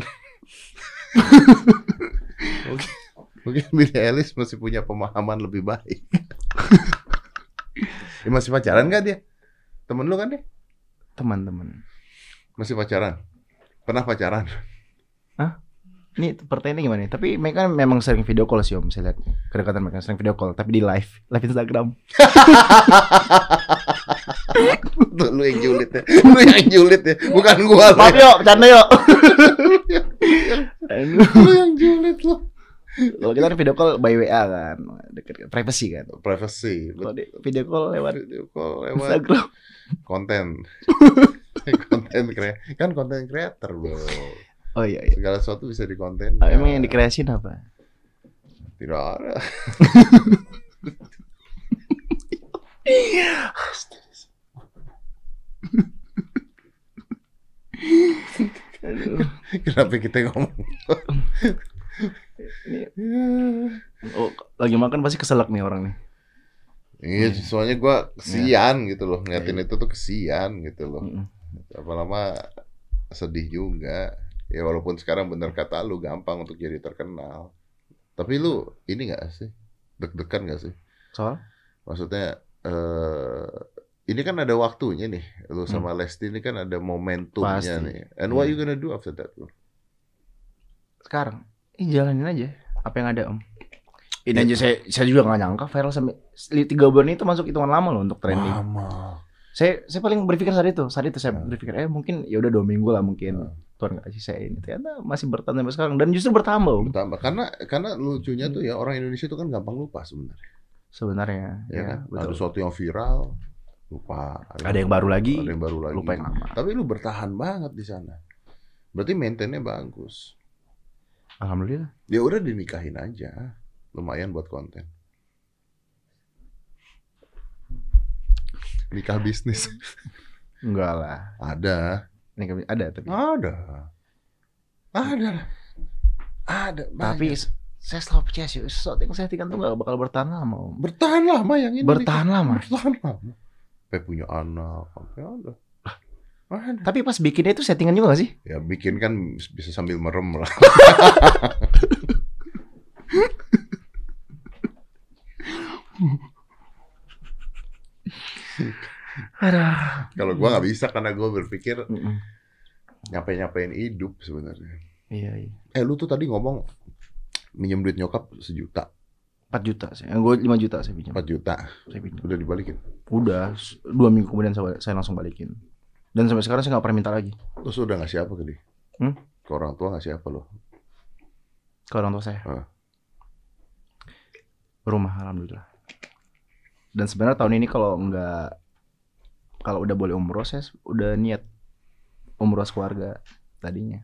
mungkin, mungkin Billie Eilish masih punya pemahaman lebih baik. Ya, masih pacaran gak dia? Temen lu kan dia? Teman-teman. Masih pacaran? Pernah pacaran? Hah? Ini pertanyaannya gimana nih? Tapi mereka memang sering video call sih om, saya lihat kedekatan mereka sering video call, tapi di live, live Instagram. Tuh, lu yang julid ya, lu yang julid ya, bukan gua. Maaf yuk, bercanda yuk. Lu yang julid lu. Kalau kita kan video call by W A kan, deket privacy kan. Privacy. Kalau di video call lewat Video call lewat Instagram. konten. Konten kreator, kan konten kreator bro. Oh iya, iya. Segala sesuatu bisa dikonten. Ah, emang yang dikreasin apa? Tidak ada. Aduh. Kenapa kita ngomong? Ini, oh, lagi makan pasti keselak nih orang nih. Iya, soalnya gue kesian gitu loh, ngeliatin itu tuh kesian gitu loh. Mm-mm. Lama-lama sedih juga. Ya walaupun sekarang bener kata lu gampang untuk jadi terkenal. Tapi lu ini nggak sih? Deg-degan nggak sih? Soal? Maksudnya eh ini kan ada waktunya nih. Lu sama Lesti ini kan ada momentumnya Pasti. nih. And what you gonna do after that, bro? Sekarang, eh jalanin aja apa yang ada om. Ini aja saya saya juga nggak nyangka viral sampai tiga bulan itu masuk hitungan lama loh untuk trending. Lama. Saya saya paling berpikir saat itu, saat itu saya berpikir eh mungkin ya udah dua minggu lah mungkin Tuhan nggak kasih saya ini. Ternyata masih bertahan sampai sekarang dan justru bertambah om. Bertambah. Karena karena lucunya tuh ya orang Indonesia itu kan gampang lupa sebenarnya. Sebenarnya Ya, ya, kan? Ada betul. sesuatu yang viral lupa. Ada yang baru lagi, Ada yang baru lagi. lupa yang lama. Tapi lu bertahan banget di sana. Berarti maintainnya bagus. Alhamdulillah. Ya udah dinikahin aja. Lumayan buat konten. Nikah bisnis. Enggak lah. Ada. Ini kami- ada tapi. Ada. Ada. Ada. Tapi banyak. s- saya selalu percaya sih sesuatu yang saya tinggal tuh gak bakal bertahan lama om. Bertahan lama yang ini. Bertahan nikah. lama? Bertahan lama. Sampai punya anak. Sampai ada. Ada. Tapi pas bikinnya itu settingan juga gak sih? Ya bikin kan bisa sambil merem lah. Aduh. Kalau gua nggak bisa karena gua berpikir Mm-mm. nyampe-nyampein hidup sebenarnya. Iya iya. eh lu tuh tadi ngomong minjem duit nyokap sejuta. empat juta sih. Eh, gue lima juta saya pinjam. empat juta. Saya pinjam. Udah dibalikin? Udah, dua minggu kemudian saya, saya langsung balikin. Dan sampai sekarang saya nggak pernah minta lagi. Terus udah ngasih apa ke dia? Hmm? Ke orang tua ngasih apa lo? Ke orang tua saya. Hah? Rumah, alhamdulillah. Dan sebenarnya tahun ini kalau nggak, kalau udah boleh umroh, saya udah niat umroh keluarga tadinya.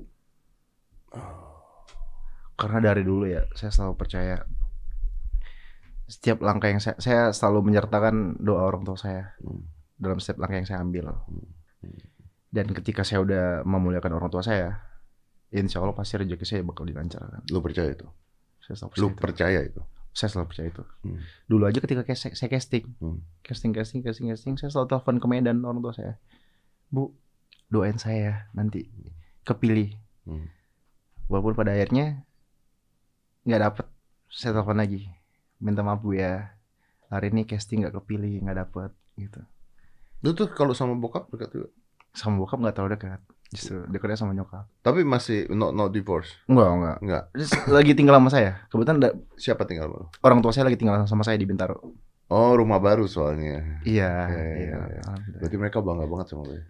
Karena dari dulu ya, saya selalu percaya setiap langkah yang saya, saya selalu menyertakan doa orang tua saya hmm. dalam setiap langkah yang saya ambil. Hmm. Dan ketika saya udah memuliakan orang tua saya, insya Allah pasti rezeki saya bakal dilancarkan. Lu percaya itu? Saya selalu Lu percaya percaya itu. itu? Saya selalu percaya itu. Hmm. Dulu aja ketika saya, saya casting, hmm. casting, casting, casting, casting, saya selalu telepon ke Medan orang tua saya. Bu, doain saya nanti kepilih. Hmm. Walaupun pada akhirnya nggak dapet, saya telepon lagi. Minta maaf Bu ya, hari ini casting nggak kepilih, nggak dapet gitu. Lu tuh kalau sama bokap dekat juga? Sama bokap nggak terlalu dekat, justru dekatnya sama nyokap. Tapi masih not not divorce? Enggak, enggak. Enggak. Lagi tinggal sama saya. Kebetulan da- siapa tinggal sama lu? Orang tua saya lagi tinggal sama saya di Bintaro. Oh, rumah baru soalnya. Iya. Ya, iya, ya, ya. Berarti mereka bangga banget sama lu ya?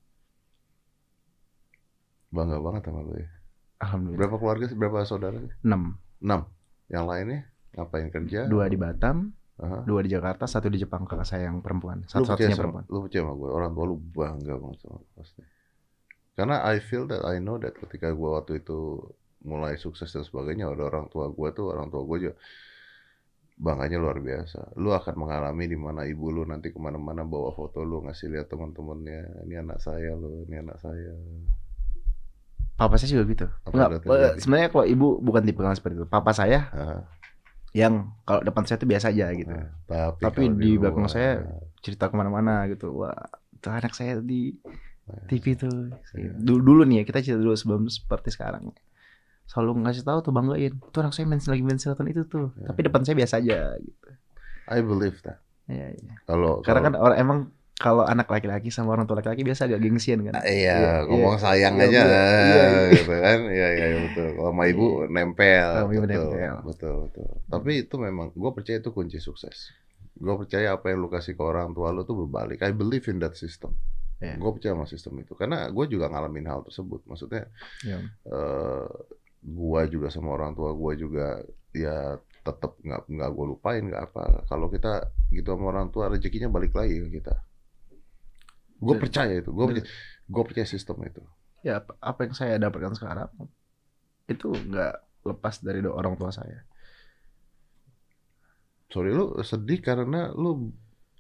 Bangga banget sama lu ya? Alhamdulillah. Berapa keluarga sih? Berapa saudara sih? Enam. Enam. Yang lainnya ngapain kerja? Dua di Batam. Aha. Dua di Jakarta, satu di Jepang, kakak saya yang perempuan. Satu-satunya perempuan. Lu percaya sama gue, orang tua lu bangga banget sama lu pasti. Karena I feel that, I know that ketika gue waktu itu mulai sukses dan sebagainya, ada orang tua gue tuh, orang tua gue juga bangganya luar biasa. Lu akan mengalami di mana ibu lu nanti kemana-mana bawa foto lu, ngasih lihat teman-temannya, ini anak saya lu, ini anak saya. Papa saya juga gitu. Enggak, sebenarnya kalau ibu bukan tipe seperti itu. Papa saya Aha. yang kalau depan saya tuh biasa aja gitu. Nah, tapi tapi di belakang saya cerita kemana-mana gitu. Wah, itu anak saya di T V tuh. Ya. Dulu, dulu nih ya, kita cerita dulu sebelum seperti sekarang. Selalu ngasih tahu tuh, banggain. Tuh anak saya main lagi main sinetron itu tuh. Ya. Tapi depan saya biasa aja gitu. I believe that. Iya, iya. Kalau karena kalau... kan orang emang kalau anak laki-laki sama orang tua laki-laki biasa agak gengsian kan. Uh, iya, iya, ngomong iya, sayang iya, aja iya, iya, gitu kan. Iya, iya, betul. Kalau sama ibu iya. nempel. Sama ibu betul, nempel. Betul, betul. Tapi itu memang gue percaya itu kunci sukses. Gue percaya apa yang lu kasih ke orang tua lu tuh berbalik. I believe in that system. Yeah. Gue percaya sama sistem itu. Karena gue juga ngalamin hal tersebut. Maksudnya yeah. uh, gue juga sama orang tua gue juga ya tetap nggak nggak gue lupain nggak apa. Kalau kita gitu sama orang tua rezekinya balik lagi ke kita. Gue percaya itu. Gue percaya, gue percaya sistem itu. Ya apa yang saya dapatkan sekarang itu nggak lepas dari doa orang tua saya. Sorry, lu sedih karena lu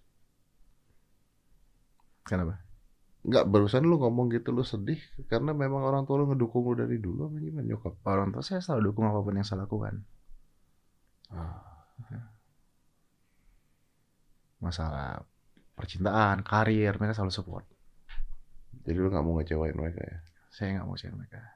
kenapa? Nggak, barusan lu ngomong gitu lu sedih karena memang orang tua lu ngedukung lu dari dulu apa gimana nyokap? Orang tua saya selalu dukung apapun yang saya lakukan. Ah. Masalah percintaan, karir, mereka selalu support. Jadi lu nggak mau ngecewain mereka ya? Saya nggak mau ngecewain mereka.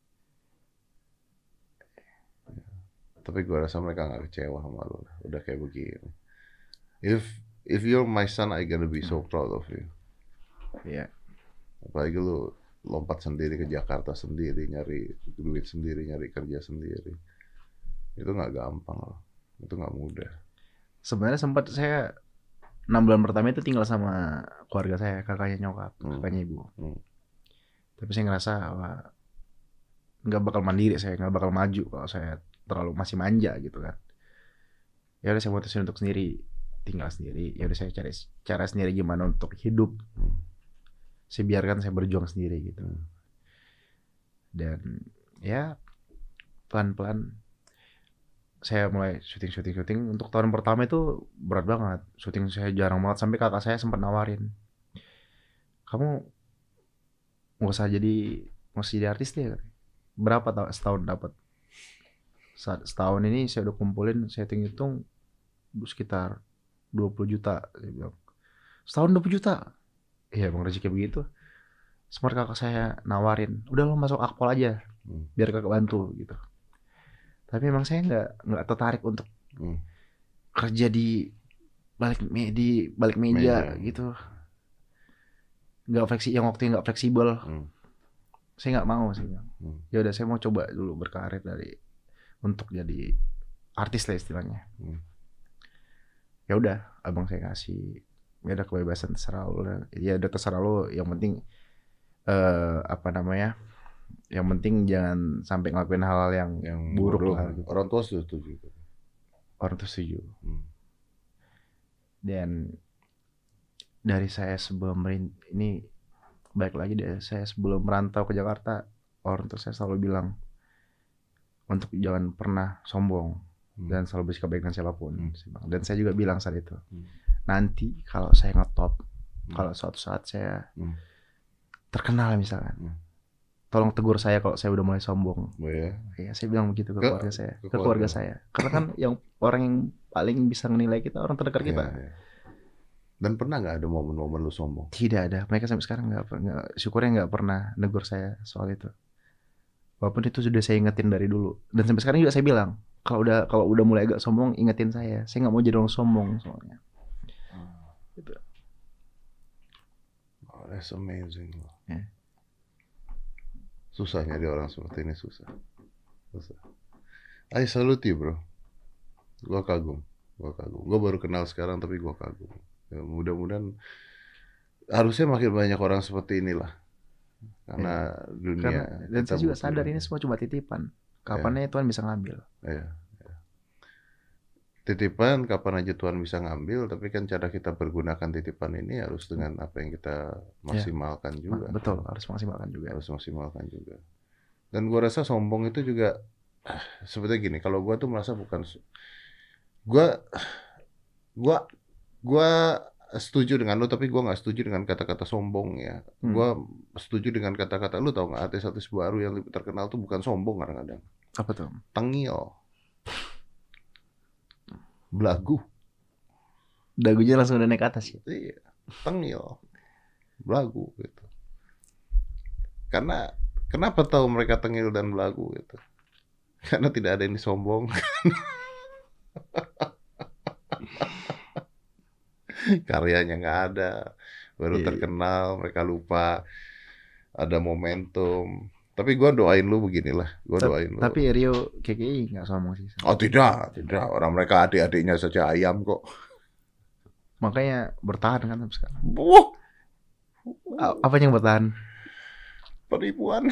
Ya. Tapi gue rasa mereka nggak kecewa sama lu. Udah kayak begini. If if you're my son, I gonna be so proud of you. Iya. Apalagi lu lompat sendiri ke Jakarta sendiri, nyari duit sendiri, nyari kerja sendiri. Itu nggak gampang loh. Itu nggak mudah. Sebenarnya sempat saya enam bulan pertama itu tinggal sama keluarga saya, kakaknya nyokap, hmm. kakaknya ibu. Hmm. Tapi saya ngerasa wah, nggak bakal mandiri, saya nggak bakal maju kalau saya terlalu masih manja gitu kan. Ya udah saya mutusin untuk sendiri, tinggal sendiri. Ya udah saya cari cara sendiri gimana untuk hidup. Hmm. Saya biarkan saya berjuang sendiri gitu. Hmm. Dan ya pelan-pelan saya mulai syuting-syuting-syuting. Untuk tahun pertama itu berat banget. Syuting saya jarang banget. Sampai kakak saya sempat nawarin, kamu nggak usah jadi, nggak usah jadi artis deh. Berapa tau setahun dapat? Setahun ini saya udah kumpulin, saya hitung-hitung sekitar dua puluh juta. Saya bilang, setahun dua puluh juta? Iya bang, rezeki begitu. Sempat kakak saya nawarin, udah lo masuk akpol aja, biar kakak bantu gitu. Tapi emang saya nggak nggak tertarik untuk hmm. kerja di balik me, di balik meja, meja gitu. Nggak fleksi, yang waktu nggak fleksibel. Hmm. saya nggak mau sih bilang. Hmm. Ya udah saya mau coba dulu berkarir dari untuk jadi artis lah istilahnya. Hmm. Ya udah, abang saya kasih, ya udah kebebasan terserah lu, ya udah terserah lu, yang penting eh, apa namanya, yang penting jangan sampai ngelakuin hal-hal yang, Yang buruk buruk. lah gitu. Orang tua setuju. Orang tuh setuju. Hmm. Dan dari saya sebelum merin- ini baik lagi deh, saya sebelum merantau ke Jakarta, orang tua saya selalu bilang untuk jangan pernah sombong Hmm. dan selalu bersikap baik dengan siapapun. Hmm. Dan saya juga bilang saat itu, Hmm. nanti kalau saya ngetop, Hmm. kalau suatu saat saya Hmm. terkenal misalkan, Hmm. tolong tegur saya kalau saya udah mulai sombong. Oh, ya. Ya, saya bilang begitu ke, Ke- keluarga saya, ke ke keluarga. keluarga saya. Karena kan yang orang yang paling bisa menilai kita orang terdekat kita. Ya, ya. Dan pernah nggak ada momen-momen lu sombong? Tidak ada. Mereka sampai sekarang nggak pernah, syukurnya nggak pernah negur saya soal itu. Walaupun itu sudah saya ingetin dari dulu. Dan sampai sekarang juga saya bilang, kalau udah kalau udah mulai agak sombong, ingetin saya. Saya nggak mau jadi orang sombong soalnya. Gitu. Oh, that's amazing. Ya. Susah nyari orang seperti ini, susah. Susah. I salute you, bro. Gua kagum. Gua kagum. Gua baru kenal sekarang tapi gua kagum. Ya, mudah-mudahan harusnya makin banyak orang seperti inilah. Karena dunia. Karena, dan kita saya juga butuh sadar ini. ini semua cuma titipan. Kapannya Tuhan bisa ngambil. Iya, iya. Titipan kapan aja Tuhan bisa ngambil, tapi kan cara kita pergunakan titipan ini harus dengan apa yang kita maksimalkan juga. Betul, harus maksimalkan juga. Harus maksimalkan juga. Dan gua rasa sombong itu juga ah, seperti gini, kalau gua tuh merasa bukan gua gua gua setuju dengan lu, tapi gua nggak setuju dengan kata-kata sombong ya. Hmm. Gua setuju dengan kata-kata lu, tau nggak, artis-artis baru yang lebih terkenal tuh bukan sombong kadang-kadang. Apa tuh? Tengil. Belagu. Dagunya langsung udah naik atas ya. Iya, tengil. Belagu gitu. Karena kenapa tahu mereka tengil dan belagu gitu? Karena tidak ada yang disombong. Karyanya nggak ada, baru Iya. terkenal, mereka lupa ada momentum. Tapi gua doain lu beginilah, gua Ta- doain lu. Tapi Rio K K I nggak sombong sih. Oh tidak, tidak. Orang mereka adik-adiknya saja ayam kok. Makanya bertahan kan sampai sekarang. Wah, A- Apa yang bertahan? penipuan.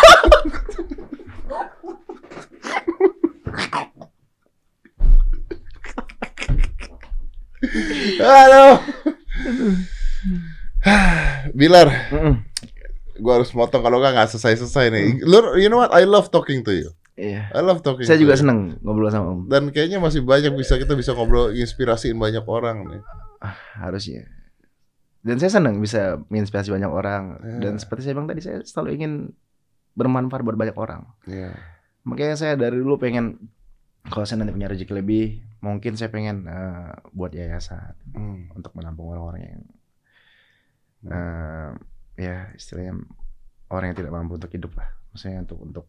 Halo. Bilar, Mm-mm. gua harus motong kalau nggak nggak selesai-selesai nih. Lu, you know what? I love talking to you. Iya. I love talking. Saya to juga you. seneng ngobrol sama Om. Dan kayaknya masih banyak bisa kita bisa ngobrol, inspirasiin banyak orang nih. Harusnya. Dan saya senang bisa menginspirasi banyak orang. Ya. Dan seperti saya bilang tadi, saya selalu ingin bermanfaat buat banyak orang. Iya. Makanya saya dari dulu pengen, kalau saya nanti punya rezeki lebih, mungkin saya pengen eh, buat yayasan Hmm. untuk menampung orang-orang yang eh, ya istilahnya orang yang tidak mampu untuk hidup lah. Maksudnya untuk untuk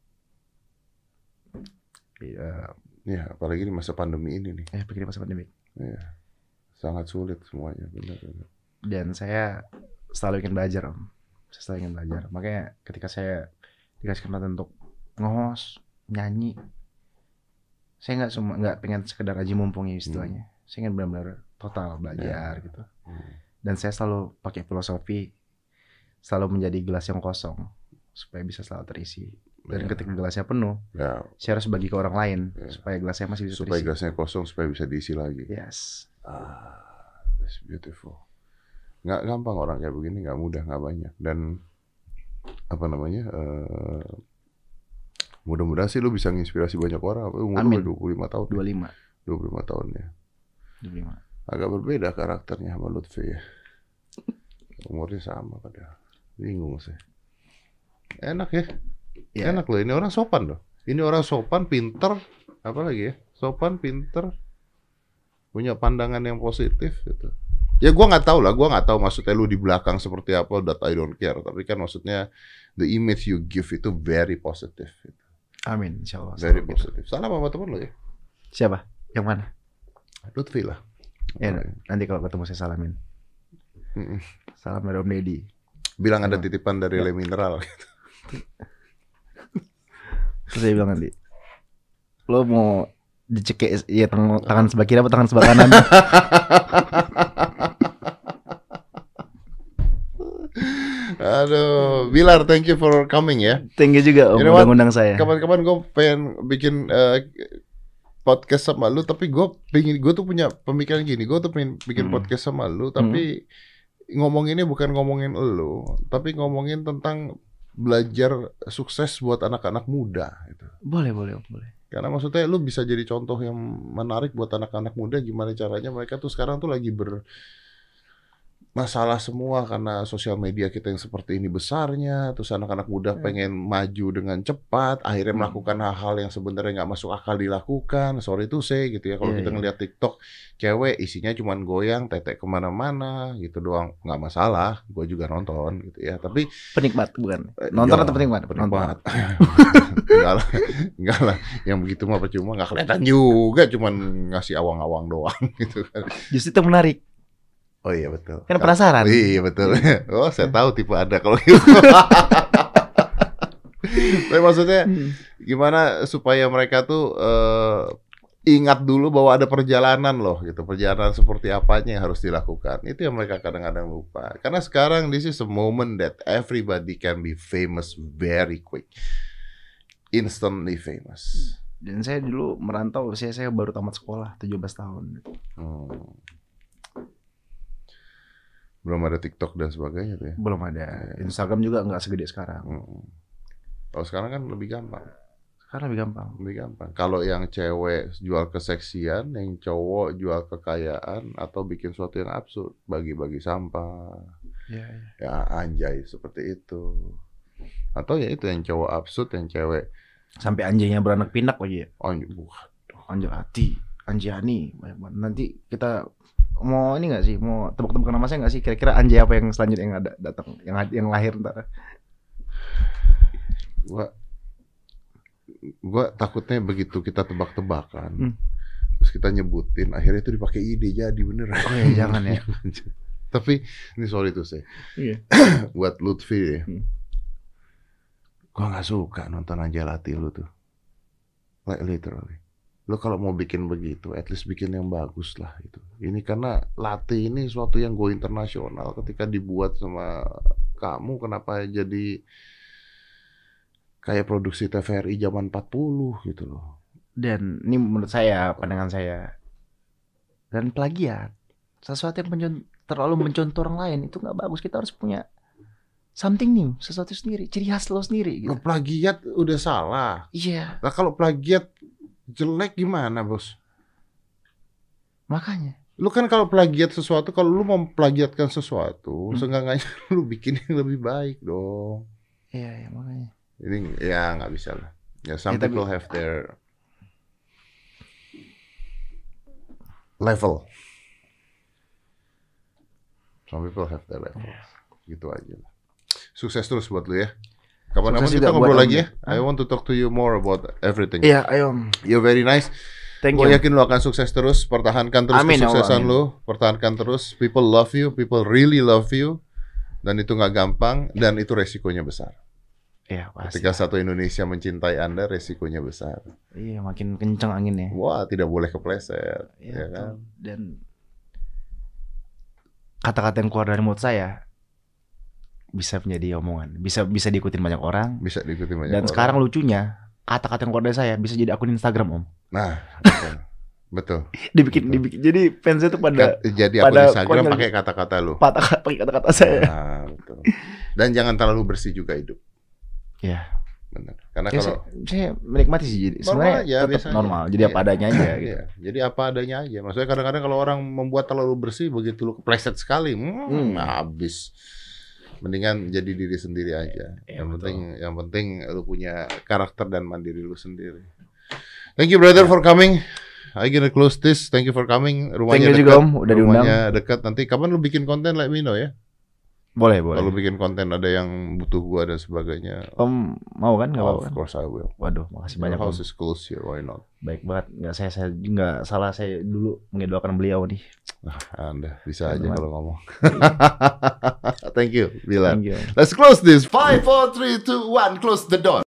ya, Ya, apalagi di masa pandemi ini nih. ya pikir masa pandemi. Iya. Sangat sulit semuanya, benar-benar. Dan saya selalu ingin belajar Om. Saya selalu ingin belajar. Makanya ketika saya dikasih kesempatan untuk nge-host, nyanyi, saya nggak cuma nggak pengen sekedar aja mumpung ya istilahnya. Saya ingin benar-benar total belajar gitu. Hmm. Dan saya selalu pakai filosofi selalu menjadi gelas yang kosong supaya bisa selalu terisi. Dan Ya. ketika gelasnya penuh, Ya, saya harus bagi ke orang lain Ya. supaya gelasnya masih bisa supaya terisi. gasnya kosong supaya bisa diisi lagi. Yes. Ah, that's beautiful. Nggak gampang orang kayak begini, nggak mudah, nggak banyak. Dan apa namanya? eh, mudah-mudahan sih lu bisa menginspirasi banyak orang. Umur Amin. lu dua puluh lima tahun. dua puluh lima. dua puluh lima tahun ya. dua puluh lima. Agak berbeda karakternya sama Lutfi ya. Umurnya sama padahal. Bingung sih. Enak ya. Ya. Enak loh. Ini orang sopan loh. Ini orang sopan, pinter. Apa lagi ya? Sopan, pinter. Punya pandangan yang positif gitu. Ya gua nggak tahu lah. Gua nggak tahu maksudnya lu di belakang seperti apa. That I don't care. Tapi kan maksudnya the image you give itu very positive. Gitu. Amin, insyaallah. Very Selalu gitu. positive. Salam sama temen lo ya. Siapa? Yang mana? Lutfi lah. Ya, nanti kalau ketemu saya salamin. Mm-mm. Salam dari Om Deddy. Bilang ada Hmm. titipan dari Ya. Le Mineral. Terus saya bilang nanti, lo mau dicekik ya tangan, tangan sebelah kiri apa tangan sebelah kanan? Aduh, Bilar, thank you for coming ya. Thank you juga Om, You know udah what? ngundang saya. Kapan-kapan gue pengen bikin uh, podcast sama lu, tapi gue pengen, gue tuh punya pemikiran gini, gue tuh pengen bikin Hmm. podcast sama lu, tapi ngomonginnya bukan ngomongin lu, tapi ngomongin tentang belajar sukses buat anak-anak muda gitu. Boleh, boleh, Om, boleh. Karena maksudnya lu bisa jadi contoh yang menarik buat anak-anak muda, gimana caranya mereka tuh sekarang tuh lagi ber masalah semua karena sosial media kita yang seperti ini besarnya, terus anak-anak muda Hmm. pengen maju dengan cepat, akhirnya Hmm. melakukan hal-hal yang sebenarnya nggak masuk akal dilakukan. Sorry to say gitu ya, kalau Iya, kita iya. ngeliat TikTok, cewek isinya cuman goyang, tetek kemana-mana gitu doang, nggak masalah, gue juga nonton gitu ya. Tapi Penikmat bukan? eh, Nonton ya, atau penikmat? penikmat. Enggak lah, enggak lah, yang begitu mah percuma, nggak kelihatan juga, cuman ngasih awang-awang doang gitu kan. Justru itu menarik. Oh iya betul. Kan penasaran. Iya betul. Oh saya tahu tipe ada kalau gitu. Tapi maksudnya Hmm. gimana supaya mereka tuh eh, ingat dulu bahwa ada perjalanan loh gitu. Perjalanan seperti apanya yang harus dilakukan. Itu yang mereka kadang-kadang lupa. Karena sekarang this is a moment that everybody can be famous very quick. Instantly famous. Dan saya dulu merantau, saya saya baru tamat sekolah tujuh belas tahun. Hmm. Belum ada TikTok dan sebagainya tuh ya. Belum ada. Instagram juga nggak segede sekarang. Hmm. Kalau sekarang kan lebih gampang. Sekarang lebih gampang. Lebih gampang. Kalau yang cewek jual keseksian, yang cowok jual kekayaan atau bikin sesuatu yang absurd, bagi-bagi sampah, Iya, iya. ya anjay seperti itu. Atau ya itu yang cowok absurd, yang cewek Sampai anjingnya beranak pinak lagi ya. anjay, buah, Anjir hati, Anjani, banyak banget. Nanti kita mau ini nggak sih, mau tebak-tebakan nama saya nggak sih? Kira-kira anjay apa yang selanjutnya yang ada datang, yang yang lahir ntar? gua, gua takutnya begitu kita tebak-tebakan, Hmm. terus kita nyebutin, akhirnya itu dipakai ide jadi beneran. Oh ya jangan ya. Tapi ini sorry tuh saya, Iya. buat Lutfi ya. Hmm. Gua nggak suka nonton Anjay Lati lu tuh. Like literally. Lu kalau mau bikin begitu, at least bikin yang bagus lah itu. Ini karena Lati ini suatu yang go internasional. Ketika dibuat sama kamu, kenapa jadi kayak produksi T V R I zaman empat puluh gitu loh. Dan ini menurut saya, pandangan saya, dan plagiat, sesuatu yang mencon- terlalu mencontoh orang lain itu nggak bagus. Kita harus punya something new, sesuatu sendiri, ciri khas lo sendiri. Gitu. Lo plagiat udah salah. Iya, Nah kalau plagiat jelek gimana bos? makanya. Lu kan kalau plagiat sesuatu, kalau lu mau plagiatkan sesuatu, Hmm. seenggaknya lu bikin yang lebih baik dong. Iya, iya makanya. Ini ya nggak bisa lah. Ya some Ya, tapi- people have their level. Some people have their level. Gitu aja lah. Sukses terus buat lu ya. Kapan-kapan Sukses kita juga ngobrol buat lagi Om. ya. I want to talk to you more about everything. Iya, ayo. You're very nice. Thank Gue you. yakin lu akan sukses terus. Pertahankan terus Amin, ya Allah, kesuksesan amin. lu. Pertahankan terus. People love you. People really love you. Dan itu nggak gampang. Dan itu resikonya besar. Iya, pasti. Ketika satu Indonesia mencintai Anda, resikonya besar. Iya, makin kencang anginnya. Wah, tidak boleh kepleset. Iya, Ya betul. kan? Dan kata-kata yang keluar dari mulut saya bisa menjadi omongan, bisa bisa diikutin banyak orang. Bisa diikuti banyak Dan orang. sekarang lucunya, kata-kata yang keluar dari saya bisa jadi akun Instagram, Om. Nah, betul. Betul. Dibikin, Betul. dibikin. Jadi fansnya tuh pada Kat- Jadi akun pada Instagram konyol. pakai kata-kata lu. patah pakai kata-kata saya. Nah, betul. Dan jangan terlalu bersih juga hidup. Iya. Benar. Karena Ya, kalau saya, saya menikmati sih jadi normal sebenarnya aja, tetap biasanya. normal. Jadi apa Iya. adanya aja gitu. Iya, jadi apa adanya aja. Maksudnya kadang-kadang kalau orang membuat terlalu bersih, begitu lu kepleset sekali, hmm, Hmm. habis. Mendingan jadi diri sendiri aja. Iya, yang betul. penting, yang penting lu punya karakter dan mandiri lu sendiri. Thank you brother for coming. I gonna close this. Thank you for coming. Rumahnya Thank you dekat. juga, Om, udah diundang. Rumahnya dekat. Nanti kapan lu bikin konten, let me know ya. Boleh, boleh. Kalau bikin konten ada yang butuh gua dan sebagainya. Om mau kan? Nggak Oh, apa-apa of kan? course I will. Waduh, makasih Your banyak Om. house is close here, why not? Baik banget. Nggak saya saya nggak salah saya dulu mengidolakan beliau nih. Ah, Anda bisa Keren aja banget. kalau ngomong. Thank you, Bilan. Thank you. Let's close this. Five, four, three, two, one. Close the door.